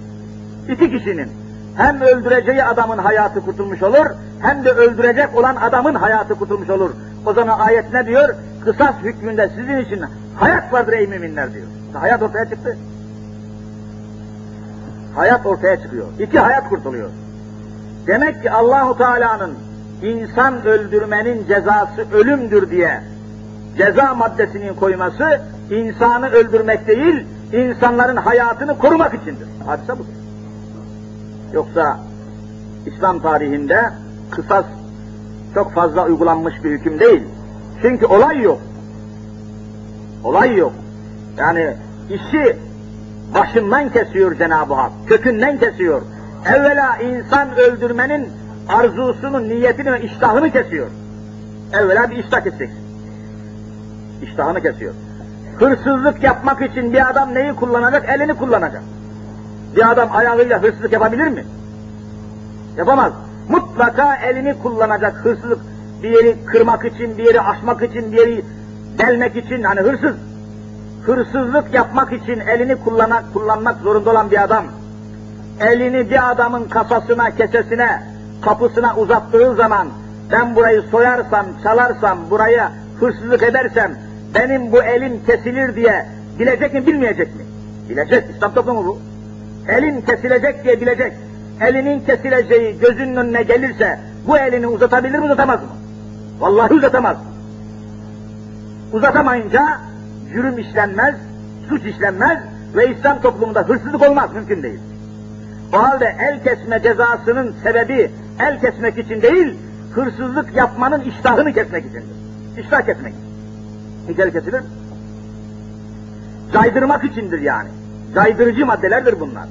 2 kişinin. Hem öldüreceği adamın hayatı kurtulmuş olur, hem de öldürecek olan adamın hayatı kurtulmuş olur. O zaman ayet ne diyor? Kısas hükmünde sizin için hayat vardır ey müminler diyor. Hayat ortaya çıktı. Hayat ortaya çıkıyor. İki hayat kurtuluyor. Demek ki Allahu Teala'nın insan öldürmenin cezası ölümdür diye ceza maddesinin koyması insanı öldürmek değil, insanların hayatını korumak içindir. Hadise budur. Yoksa İslam tarihinde kısas çok fazla uygulanmış bir hüküm değil. Çünkü olay yok. Olay yok. Yani işi başından kesiyor Cenab-ı Hak, kökünden kesiyor. Evvela insan öldürmenin arzusunun, niyetini ve iştahını kesiyor. Evvela bir iştah keseceksin. İştahını kesiyor. Hırsızlık yapmak için bir adam neyi kullanacak? Elini kullanacak. Bir adam ayağıyla hırsızlık yapabilir mi? Yapamaz. Mutlaka elini kullanacak hırsızlık. Bir yeri kırmak için, bir yeri aşmak için, bir yeri delmek için, hani hırsız. Hırsızlık yapmak için elini kullanmak zorunda olan bir adam, elini bir adamın kasasına, kesesine, kapısına uzattığı zaman, ben burayı soyarsam, çalarsam, buraya hırsızlık edersem, benim bu elim kesilir diye bilecek mi, bilmeyecek mi? Bilecek, İslam toplumu bu. Elin kesilecek diye bilecek. Elinin kesileceği gözünün önüne gelirse, bu elini uzatabilir mi, uzatamaz mı? Vallahi uzatamaz. Uzatamayınca, cürüm işlenmez, suç işlenmez ve İslam toplumunda hırsızlık olmaz, mümkün değil. O halde el kesme cezasının sebebi el kesmek için değil, hırsızlık yapmanın iştahını kesmek içindir. İştah kesmek. Hiç el kesilir mi? Caydırmak içindir yani. Caydırıcı maddelerdir bunlar.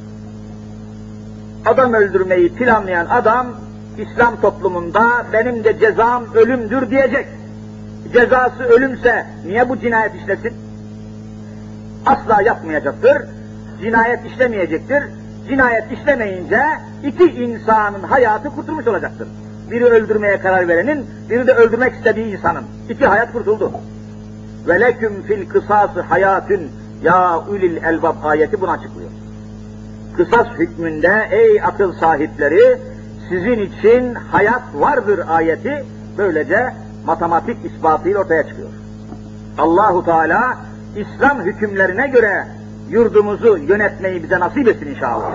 Adam öldürmeyi planlayan adam, İslam toplumunda benim de cezam ölümdür diyecek. Cezası ölümse niye bu cinayet işlesin? Asla yapmayacaktır. Cinayet işlemeyecektir. Cinayet işlemeyince iki insanın hayatı kurtulmuş olacaktır. Biri öldürmeye karar verenin, biri de öldürmek istediği insanın. İki hayat kurtuldu. Ve leküm fil kısası hayatün ya ulil elbab ayeti bunu açıklıyor. Kısas hükmünde ey akıl sahipleri sizin için hayat vardır ayeti böylece matematik ispatıyla ortaya çıkıyor. Allahu Teala İslam hükümlerine göre yurdumuzu yönetmeyi bize nasip etsin inşallah.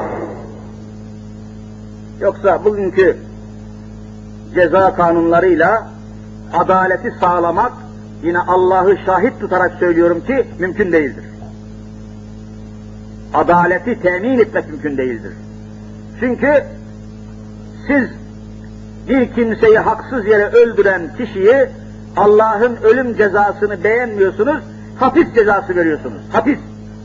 Yoksa bugünkü ceza kanunlarıyla adaleti sağlamak yine Allah'ı şahit tutarak söylüyorum ki mümkün değildir. Adaleti temin etmek mümkün değildir. Çünkü siz bir kimseyi haksız yere öldüren kişiyi Allah'ın ölüm cezasını beğenmiyorsunuz, hapis cezası veriyorsunuz. Hapis.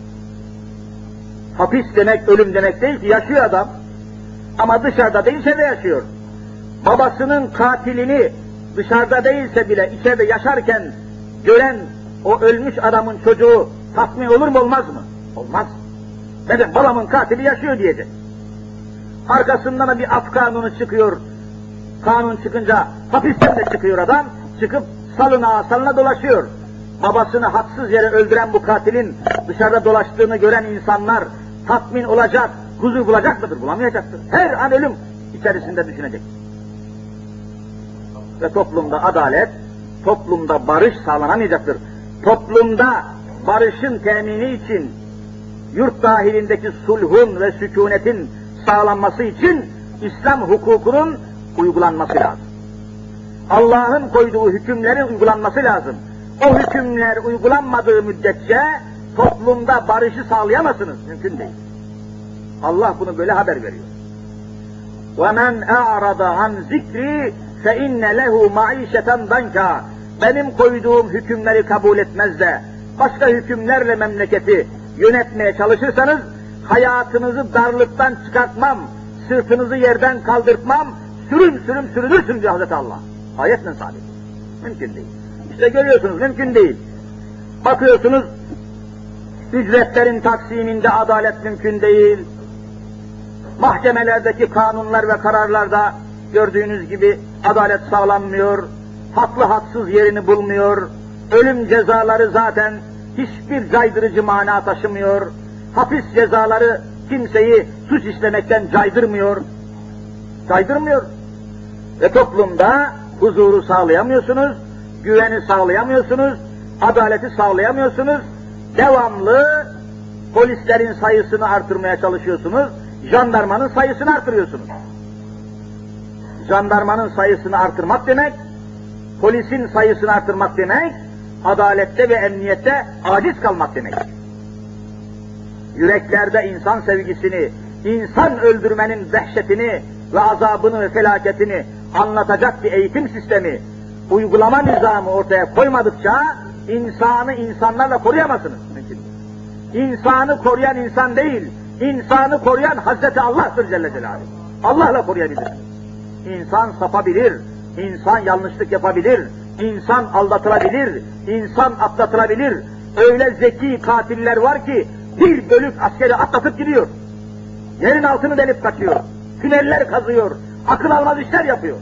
Hapis demek ölüm demek değil ki, yaşıyor adam. Ama dışarıda değil, içeride yaşıyor. Babasının katilini dışarıda değilse bile içeride yaşarken gören o ölmüş adamın çocuğu tatmin olur mu, olmaz mı? Olmaz. Benim babamın katili yaşıyor diyecek. Arkasından da bir af kanunu çıkıyor. Kanun çıkınca hapisten de çıkıyor adam. Çıkıp salına dolaşıyor. Babasını haksız yere öldüren bu katilin dışarıda dolaştığını gören insanlar tatmin olacak, huzur bulacak mıdır? Bulamayacaktır. Her an ölüm içerisinde düşünecek. Ve toplumda adalet, toplumda barış sağlanamayacaktır. Toplumda barışın temini için, yurt dahilindeki sulhun ve sükunetin sağlanması için İslam hukukunun uygulanması lazım. Allah'ın koyduğu hükümlerin uygulanması lazım. O hükümler uygulanmadığı müddetçe toplumda barışı sağlayamazsınız. Mümkün değil. Allah bunu böyle haber veriyor. وَمَنْ اَعْرَضَ عَنْ ذِكْرِ فَاِنَّ لَهُ مَعِيشَةً دَنْكَ Benim koyduğum hükümleri kabul etmez de başka hükümlerle memleketi yönetmeye çalışırsanız hayatınızı darlıktan çıkartmam, sırtınızı yerden kaldırtmam, sürüm sürünürsün diyor Hazreti Allah. Ayetle sabit. Mümkün değil. İşte görüyorsunuz mümkün değil. Bakıyorsunuz ücretlerin taksiminde adalet mümkün değil. Mahkemelerdeki kanunlar ve kararlarda gördüğünüz gibi adalet sağlanmıyor. Haklı haksız yerini bulmuyor. Ölüm cezaları zaten hiçbir caydırıcı mana taşımıyor. Hapis cezaları kimseyi suç işlemekten caydırmıyor. Caydırmıyor. Ve toplumda huzuru sağlayamıyorsunuz, güveni sağlayamıyorsunuz, adaleti sağlayamıyorsunuz. Devamlı Polislerin sayısını artırmaya çalışıyorsunuz, jandarmanın sayısını artırıyorsunuz. Jandarmanın sayısını artırmak demek, polisin sayısını artırmak demek, adalette ve emniyette aciz kalmak demek. Yüreklerde insan sevgisini, insan öldürmenin dehşetini ve azabını ve felaketini anlatacak bir eğitim sistemi, uygulama nizamı ortaya koymadıkça insanı insanlarla koruyamazsınız. Mümkün değil. İnsanı koruyan insan değil, insanı koruyan Hazreti Allah'tır Celle Celaluhu. Allah'la koruyabilir. İnsan sapabilir, insan yanlışlık yapabilir, insan aldatılabilir, insan atlatılabilir. Öyle zeki katiller var ki bir bölük askeri atlatıp gidiyor. Yerin altını delip kaçıyor, tüneller kazıyor, akıl almaz işler yapıyor.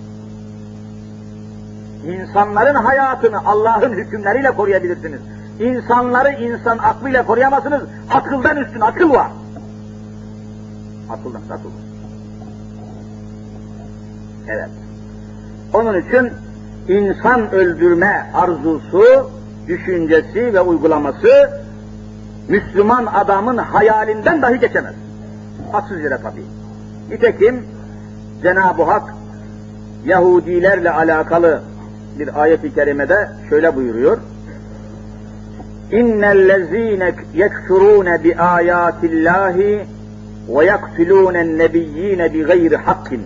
İnsanların hayatını Allah'ın hükümleriyle koruyabilirsiniz. İnsanları insan aklıyla koruyamazsınız. Akıldan üstün akıl var. Akıldan akıl var. Evet. Onun için insan öldürme arzusu, düşüncesi ve uygulaması Müslüman adamın hayalinden dahi geçemez. Haksız yere tabii. Nitekim Cenab-ı Hak Yahudilerle alakalı bir ayet-i kerimede şöyle buyuruyor. İnnellezîne yekfurûne bi âyâtillâhi ve yaktulûnen nebiyyîne bi gayri hakkin.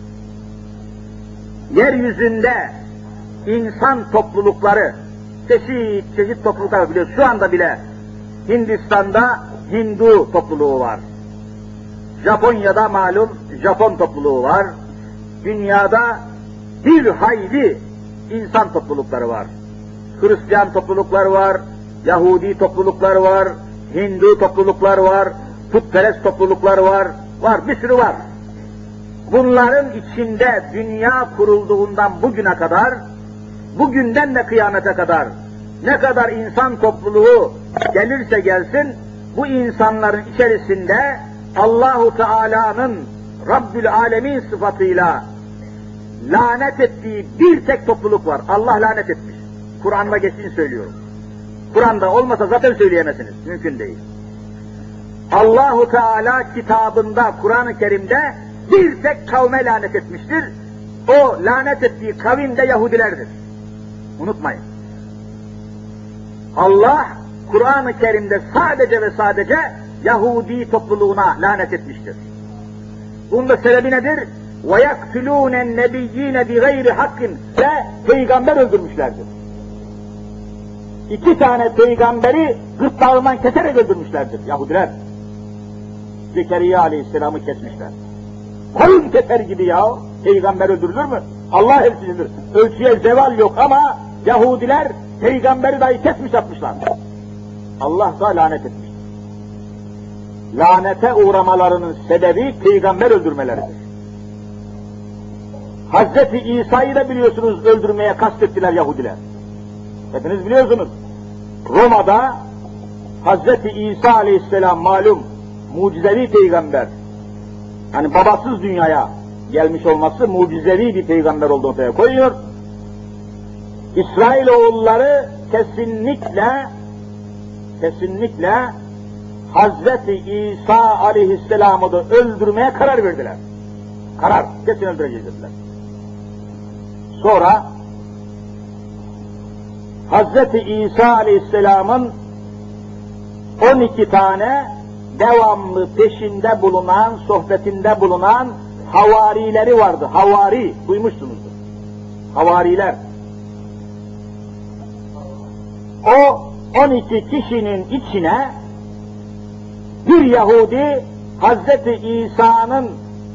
Yeryüzünde insan toplulukları, çeşit topluluklar biliyoruz. Şu anda bile Hindistan'da Hindu topluluğu var. Japonya'da malum Japon topluluğu var. Dünyada bir hayli insan toplulukları var. Hristiyan topluluklar var, Yahudi topluluklar var, Hindu topluluklar var, putperest topluluklar var, bir sürü var. Bunların içinde dünya kurulduğundan bugüne kadar, bugünden de kıyamete kadar ne kadar insan topluluğu gelirse gelsin, bu insanların içerisinde Allahu Teala'nın Rabbül Alemin sıfatıyla lanet ettiği bir tek topluluk var. Allah lanet etmiş. Kur'an'da geçtiğini söylüyorum. Kur'an'da olmasa zaten söyleyemezsiniz. Mümkün değil. Allahu Teala kitabında, Kur'an-ı Kerim'de bir tek kavme lanet etmiştir. O lanet ettiği kavim de Yahudilerdir. Unutmayın. Allah Kur'an-ı Kerim'de sadece ve sadece Yahudi topluluğuna lanet etmiştir. Bunun da sebebi nedir? وَيَقْتُلُونَ النَّبِيِّينَ بِغَيْرِ حَقٍ ve peygamber öldürmüşlerdir. 2 tane peygamberi gırtlağından keserek öldürmüşlerdir Yahudiler. Zekeriya Aleyhisselam'ı kesmişler. Koyun keser gibi ya, peygamber öldürülür mü? Allah elçisidir. Ölçüye zeval yok ama Yahudiler peygamberi dahi kesmiş atmışlar. Allah da lanet etmiş. Lanete uğramalarının sebebi peygamber öldürmeleridir. Hazreti İsa'yı da biliyorsunuz öldürmeye kastettiler Yahudiler. Hepiniz biliyorsunuz. Roma'da Hazreti İsa Aleyhisselam malum mucizevi peygamber. Yani babasız dünyaya gelmiş olması mucizevi bir peygamber olduğunu ortaya koyuyor. İsrailoğulları kesinlikle Hazreti İsa Aleyhisselam'ı da öldürmeye karar verdiler. Kesin öldüreceğiz dediler. Sonra Hazreti İsa Aleyhisselam'ın 12 tane devamlı peşinde bulunan, sohbetinde bulunan havarileri vardı. Havari, duymuşsunuzdur. Havariler. O 12 kişinin içine bir Yahudi Hazreti İsa'nın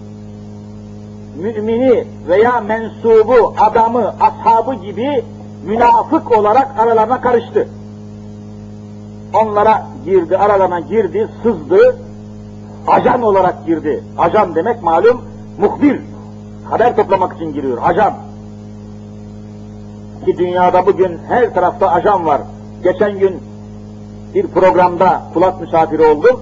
mümini veya mensubu, adamı, ashabı gibi münafık olarak aralarına karıştı. Onlara girdi, aralarına girdi, sızdı, ajan olarak girdi. Ajan demek malum muhbir, haber toplamak için giriyor, ajan. Ki dünyada bugün her tarafta ajan var. Geçen gün bir programda kulak misafiri oldum.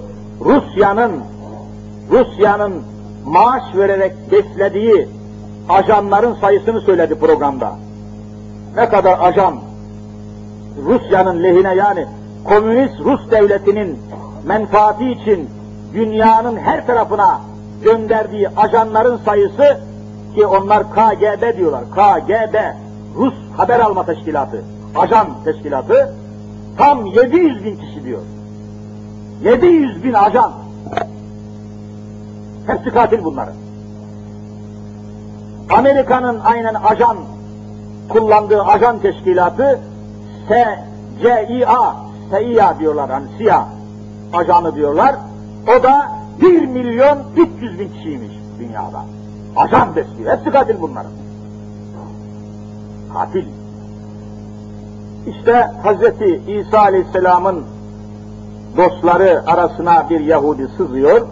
Rusya'nın maaş vererek beslediği ajanların sayısını söyledi programda. Ne kadar ajan Rusya'nın lehine, yani komünist Rus devletinin menfaati için dünyanın her tarafına gönderdiği ajanların sayısı, ki onlar KGB diyorlar, KGB, Rus Haber Alma Teşkilatı, ajan teşkilatı, tam 700 bin kişi diyor. 700 bin ajan. Hepsi katil bunların. Amerika'nın aynen ajan kullandığı ajan teşkilatı CIA diyorlar, hani CIA ajanı diyorlar. O da 1 milyon 300 bin kişiymiş dünyada. Ajan besliyor. Hepsi katil bunların. Katil. İşte Hazreti İsa Aleyhisselam'ın dostları arasına bir Yahudi sızıyor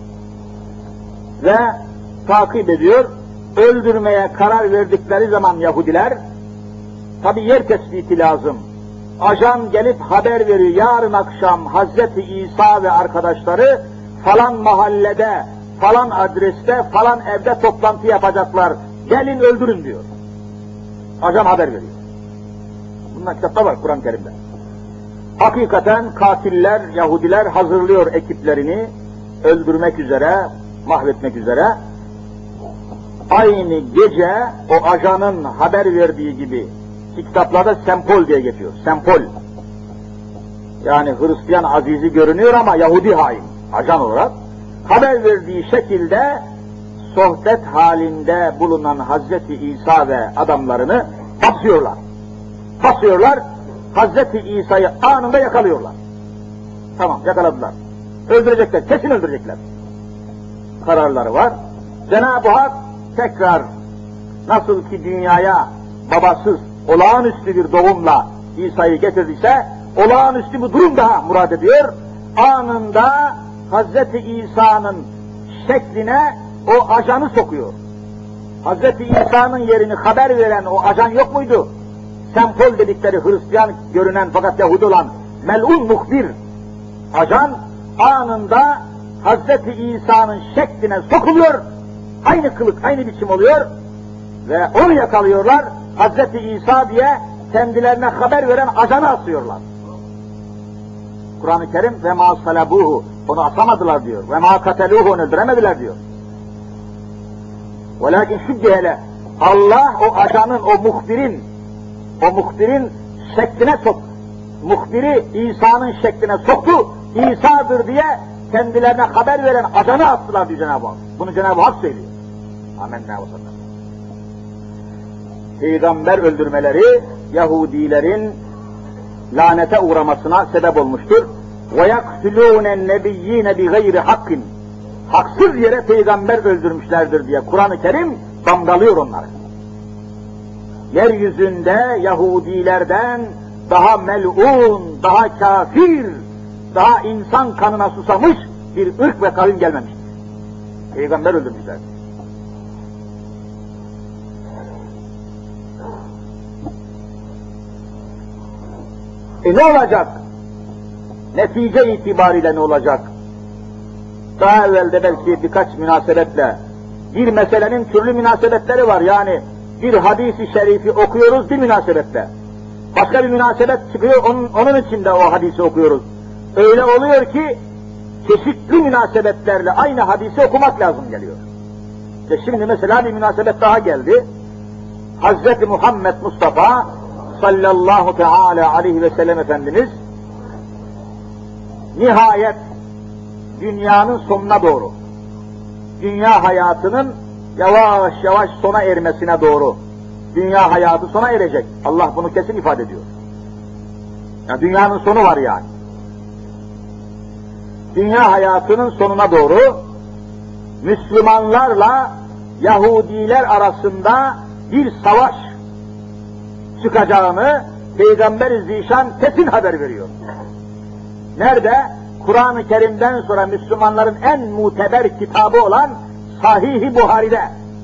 ve takip ediyor. Öldürmeye karar verdikleri zaman Yahudiler, tabi yer tespiti lazım. Ajan gelip haber veriyor, yarın akşam Hazreti İsa ve arkadaşları falan mahallede, falan adreste, falan evde toplantı yapacaklar. Gelin öldürün diyor. Ajan haber veriyor. Bunlar kitapta var Kur'an-ı Kerim'de. Hakikaten katiller, Yahudiler hazırlıyor ekiplerini öldürmek üzere, mahvetmek üzere. Aynı gece o ajanın haber verdiği gibi, ki kitaplarda sempol diye geçiyor. Sempol. Yani Hristiyan azizi görünüyor ama Yahudi hain. Ajan olarak. Haber verdiği şekilde sohbet halinde bulunan Hazreti İsa ve adamlarını basıyorlar. Basıyorlar, Hazreti İsa'yı anında yakalıyorlar. Tamam, yakaladılar. Öldürecekler, kesin öldürecekler. Kararları var. Cenab-ı Hak tekrar nasıl ki dünyaya babasız, olağanüstü bir doğumla İsa'yı getirdiyse, olağanüstü bir durum daha murad ediyor. Anında Hazreti İsa'nın şekline o ajanı sokuyor. Hazreti İsa'nın yerini haber veren o ajan yok muydu? Sempol dedikleri Hristiyan görünen fakat Yahudi olan mel'un muhbir ajan anında Hazreti İsa'nın şekline sokuluyor. Aynı kılık, aynı biçim oluyor ve onu yakalıyorlar. Hazreti İsa diye kendilerine haber veren ajanı asıyorlar. Kur'an-ı Kerim ve ma salabuhu, onu asamadılar diyor. Ve ma kateluhu, onu öldüremediler diyor. Velakin şübbihele, Allah o ajanın, o muhbirin şekline soktu. Muhbiri İsa'nın şekline soktu. İsa'dır diye kendilerine haber veren ajanı astılar diyor Cenab-ı Hak. Bunu Cenab-ı Hak söylüyor. Amenna ve sallam. Peygamber öldürmeleri Yahudilerin lanete uğramasına sebep olmuştur. وَيَقْتُلُونَ النَّبِيِّينَ بِغَيْرِ حَقٍّ Haksız yere peygamber öldürmüşlerdir diye Kur'an-ı Kerim damgalıyor onları. Yeryüzünde Yahudilerden daha mel'un, daha kafir, daha insan kanına susamış bir ırk ve kavim gelmemiştir. Peygamber öldürmüşler. Ne olacak? Netice itibariyle ne olacak? Daha evvelde belki birkaç münasebetle, bir meselenin türlü münasebetleri var. Yani bir hadis-i şerifi okuyoruz bir münasebette. Başka bir münasebet çıkıyor, onun için de o hadisi okuyoruz. Öyle oluyor ki, çeşitli münasebetlerle aynı hadisi okumak lazım geliyor. Şimdi mesela bir münasebet daha geldi. Hazreti Muhammed Mustafa sallallahu teala aleyhi ve sellem Efendimiz nihayet dünyanın sonuna doğru, dünya hayatının yavaş yavaş sona ermesine doğru, dünya hayatı sona erecek. Allah bunu kesin ifade ediyor. Yani dünyanın sonu var yani. Dünya hayatının sonuna doğru Müslümanlarla Yahudiler arasında bir savaş çıkacağını Peygamber-i Zişan kesin haber veriyor. Nerede? Kur'an-ı Kerim'den sonra Müslümanların en muteber kitabı olan Sahih-i Buhari'de.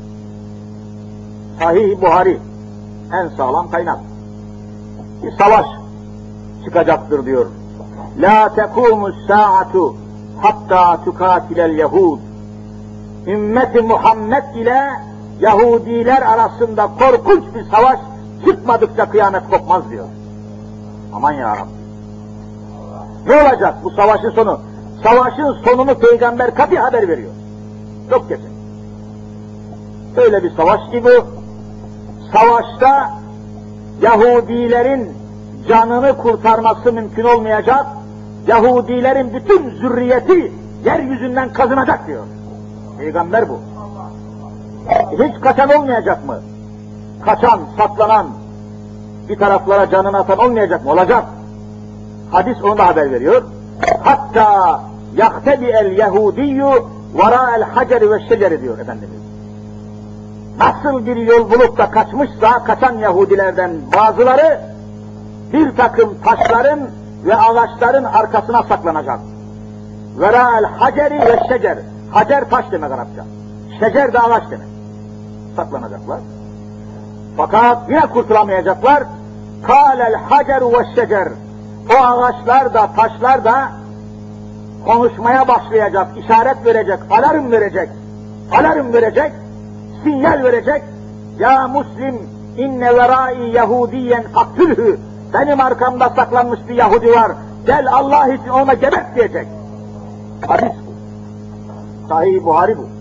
Sahih-i Buhari en sağlam kaynak. Bir savaş çıkacaktır diyor. La tekumus saatu hatta tukatilel Yahud. Ümmeti Muhammed ile Yahudiler arasında korkunç bir savaş çıkmadıkça kıyamet kopmaz diyor. Aman ya Rabbi. Ne olacak bu savaşın sonu? Savaşın sonunu peygamber kat'i haber veriyor. Çok kesin. Öyle bir savaş ki bu. Savaşta Yahudilerin canını kurtarması mümkün olmayacak. Yahudilerin bütün zürriyeti yeryüzünden kazınacak diyor. Peygamber bu. Hiç kaçan olmayacak mı? Kaçan, saklanan, bir taraflara canını atan olmayacak mı? Olacak. Hadis onu da haber veriyor. Hatta yahtebi'el Yahudiyyu vara'el haceri ve şeceri diyor Efendimiz. Nasıl bir yol bulup da kaçmışsa kaçan Yahudilerden bazıları bir takım taşların ve ağaçların arkasına saklanacak. Vera'el haceri ve şecer. Hacer taş demek Arapça. Şecer de ağaç demek. Saklanacaklar. Fakat yine kurtulamayacaklar. Kâlel haceru ve şecer. O ağaçlar da taşlar da konuşmaya başlayacak, işaret verecek, alarm verecek, sinyal verecek. Ya Müslim, inne verai Yahudiyen faktülhü. Benim arkamda saklanmış bir Yahudi var. Gel Allah için ona gebert diyecek. Hadis bu. Sahih Buhari bu.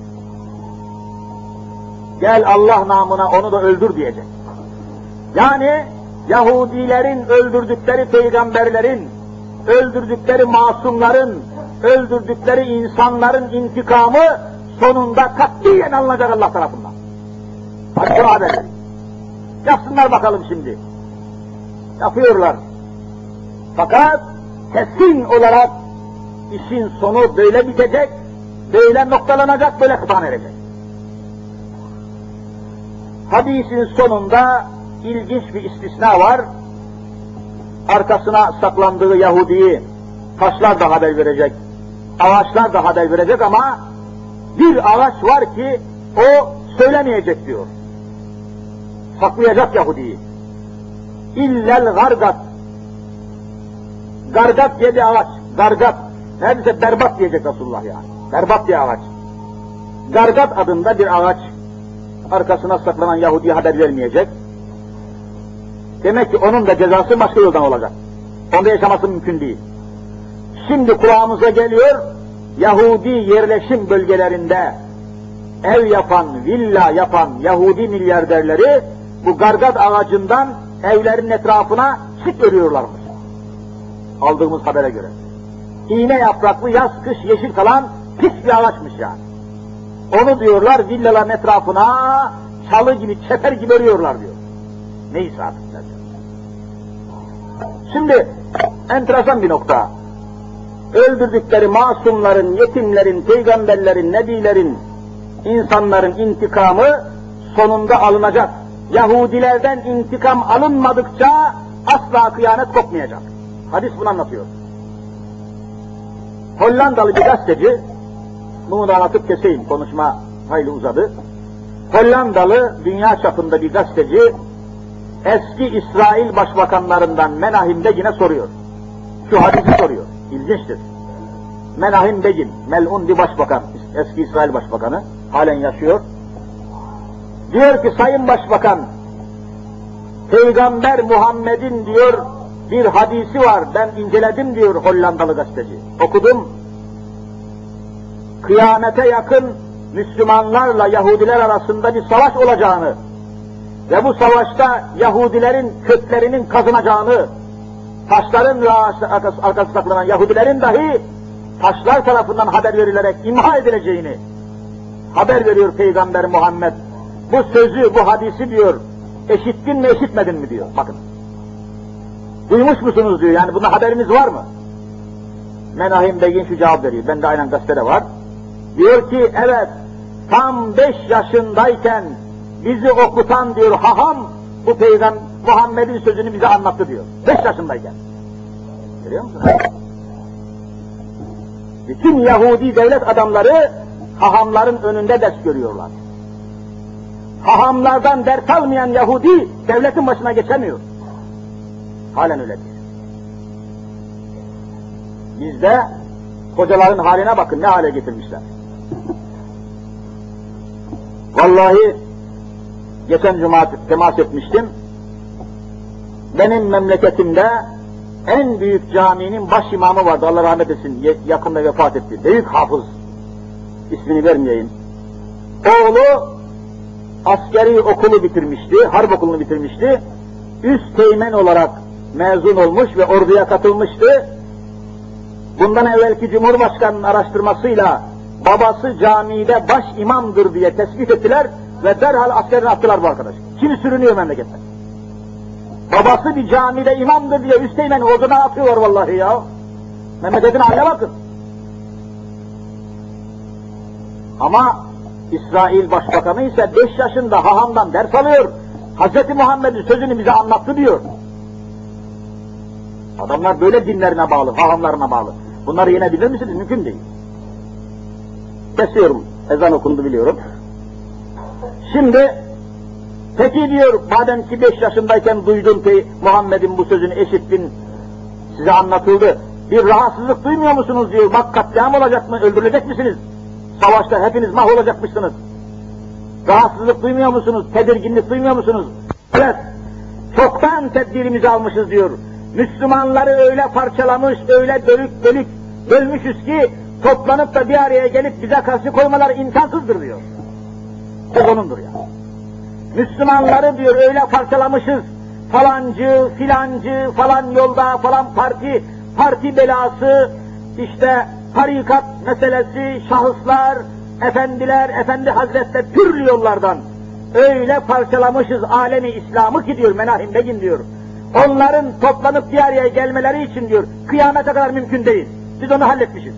Gel Allah namına onu da öldür diyecek. Yani Yahudilerin öldürdükleri peygamberlerin, öldürdükleri masumların, öldürdükleri insanların intikamı sonunda katiyen alınacak Allah tarafından. Hadi bu haberleri. Yapsınlar bakalım şimdi. Yapıyorlar. Fakat kesin olarak işin sonu böyle bitecek, böyle noktalanacak, böyle kıtan erecek. Hadisin sonunda ilginç bir istisna var. Arkasına saklandığı Yahudi'yi taşlar da haber verecek, ağaçlar da haber verecek ama bir ağaç var ki o söylemeyecek diyor. Saklayacak Yahudi'yi. İllel gargat. Gargat diye bir ağaç. Gargat. Neredeyse berbat diyecek Resulullah yani. Berbat bir ağaç. Gargat adında bir ağaç. Arkasına saklanan Yahudi'ye haber vermeyecek. Demek ki onun da cezası başka yoldan olacak. Onda yaşaması mümkün değil. Şimdi kulağımıza geliyor, Yahudi yerleşim bölgelerinde ev yapan, villa yapan Yahudi milyarderleri bu gargat ağacından evlerin etrafına çit örüyorlarmış. Aldığımız habere göre. İğne yapraklı, yaz kış yeşil kalan pis bir ağaçmış yani. Onu diyorlar villaların etrafına çalı gibi, çeper gibi örüyorlar diyor. Neyse artık. Şimdi enteresan bir nokta. Öldürdükleri masumların, yetimlerin, peygamberlerin, nebilerin, insanların intikamı sonunda alınacak. Yahudilerden intikam alınmadıkça asla kıyamet kopmayacak. Hadis bunu anlatıyor. Hollandalı bir gazeteci, bunu da anlatıp keseyim, konuşma hayli uzadı. Hollandalı dünya çapında bir gazeteci, eski İsrail başbakanlarından Menahim Begin'e soruyor. Şu hadisi soruyor, ilginçtir. Menahim Begin, mel'un bir başbakan, eski İsrail başbakanı, halen yaşıyor. Diyor ki Sayın Başbakan, Peygamber Muhammed'in diyor bir hadisi var, ben inceledim diyor Hollandalı gazeteci. Okudum. Kıyamete yakın Müslümanlarla Yahudiler arasında bir savaş olacağını ve bu savaşta Yahudilerin köklerinin kazınacağını, taşların ve arkası saklanan Yahudilerin dahi taşlar tarafından haber verilerek imha edileceğini haber veriyor Peygamber Muhammed. Bu sözü, bu hadisi diyor, eşittin mi eşitmedin mi diyor, bakın. Duymuş musunuz diyor, yani bunda haberiniz var mı? Menahim Begin şu cevap veriyor, bende aynen gazetede var. Diyor ki evet, tam 5 yaşındayken bizi okutan diyor haham, bu Peygamber Muhammed'in sözünü bize anlattı diyor. 5 yaşındayken. Görüyor musunuz? Bütün Yahudi devlet adamları hahamların önünde ders görüyorlar. Hahamlardan ders almayan Yahudi devletin başına geçemiyor. Halen öyledir. Bizde hocaların haline bakın, ne hale getirmişler. Vallahi geçen cuma temas etmiştim. Benim memleketimde en büyük caminin baş imamı vardı, Allah rahmet etsin, yakında vefat etti. Büyük hafız, ismini vermeyeyim. Oğlu askeri okulu bitirmişti, harp okulunu bitirmişti. Üst teğmen olarak mezun olmuş ve orduya katılmıştı. Bundan evvelki Cumhurbaşkanı'nın araştırmasıyla babası camide baş imamdır diye tespit ettiler ve derhal askerine attılar bu arkadaş. Şimdi sürünüyor memlekette. Babası bir camide imamdır diye üsteğmeni ordudan atıyorlar vallahi ya. Memleketin haline bakın. Ama İsrail Başbakanı ise 5 yaşında hahamdan ders alıyor. Hz. Muhammed'in sözünü bize anlattı diyor. Adamlar böyle dinlerine bağlı, hahamlarına bağlı. Bunları yenebilir misiniz? Mümkün değil. Kesiyorum. Ezan okundu biliyorum. Şimdi peki diyor, madem ki 5 yaşındayken duydun ki Muhammed'in bu sözünü eşittin, size anlatıldı. Bir rahatsızlık duymuyor musunuz diyor. Bak katliam olacak mı? Öldürülecek misiniz? Savaşta hepiniz mahvolacakmışsınız. Rahatsızlık duymuyor musunuz? Tedirginlik duymuyor musunuz? Evet. Çoktan tedbirimizi almışız diyor. Müslümanları öyle parçalamış, öyle bölük bölmüşüz ki toplanıp da bir araya gelip bize karşı koymaları imkansızdır diyor. Bu onundur ya. Müslümanları diyor öyle parçalamışız, falancı, filancı, falan yolda, falan parti belası, işte tarikat meselesi, şahıslar, efendiler, efendi hazretler, türlü yollardan öyle parçalamışız alemi İslam'ı ki diyor Menahim Begin diyor. Onların toplanıp bir araya gelmeleri için diyor, kıyamete kadar mümkün değil. Biz onu halletmişiz.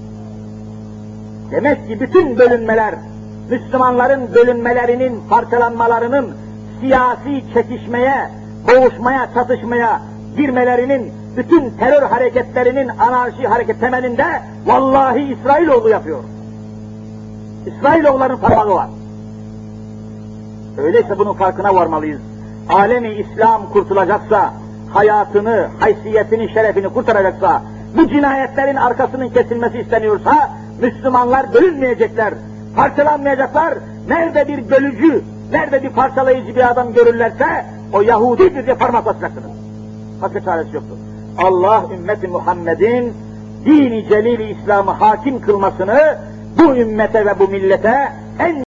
Demek ki bütün bölünmeler, Müslümanların bölünmelerinin, parçalanmalarının, siyasi çekişmeye, boğuşmaya, çatışmaya girmelerinin, bütün terör hareketlerinin, anarşi hareket temelinde vallahi İsrailoğlu yapıyor. İsrailoğulların parmağı var. Öyleyse bunun farkına varmalıyız. Alemi İslam kurtulacaksa, hayatını, haysiyetini, şerefini kurtaracaksa, bu cinayetlerin arkasının kesilmesi isteniyorsa, Müslümanlar bölünmeyecekler, parçalanmayacaklar. Nerede bir bölücü, nerede bir parçalayıcı bir adam görürlerse, o Yahudidir diye parmak basacaksınız. Başka çaresi yoktur. Allah ümmeti Muhammed'in dini celil-i İslam'ı hakim kılmasını bu ümmete ve bu millete en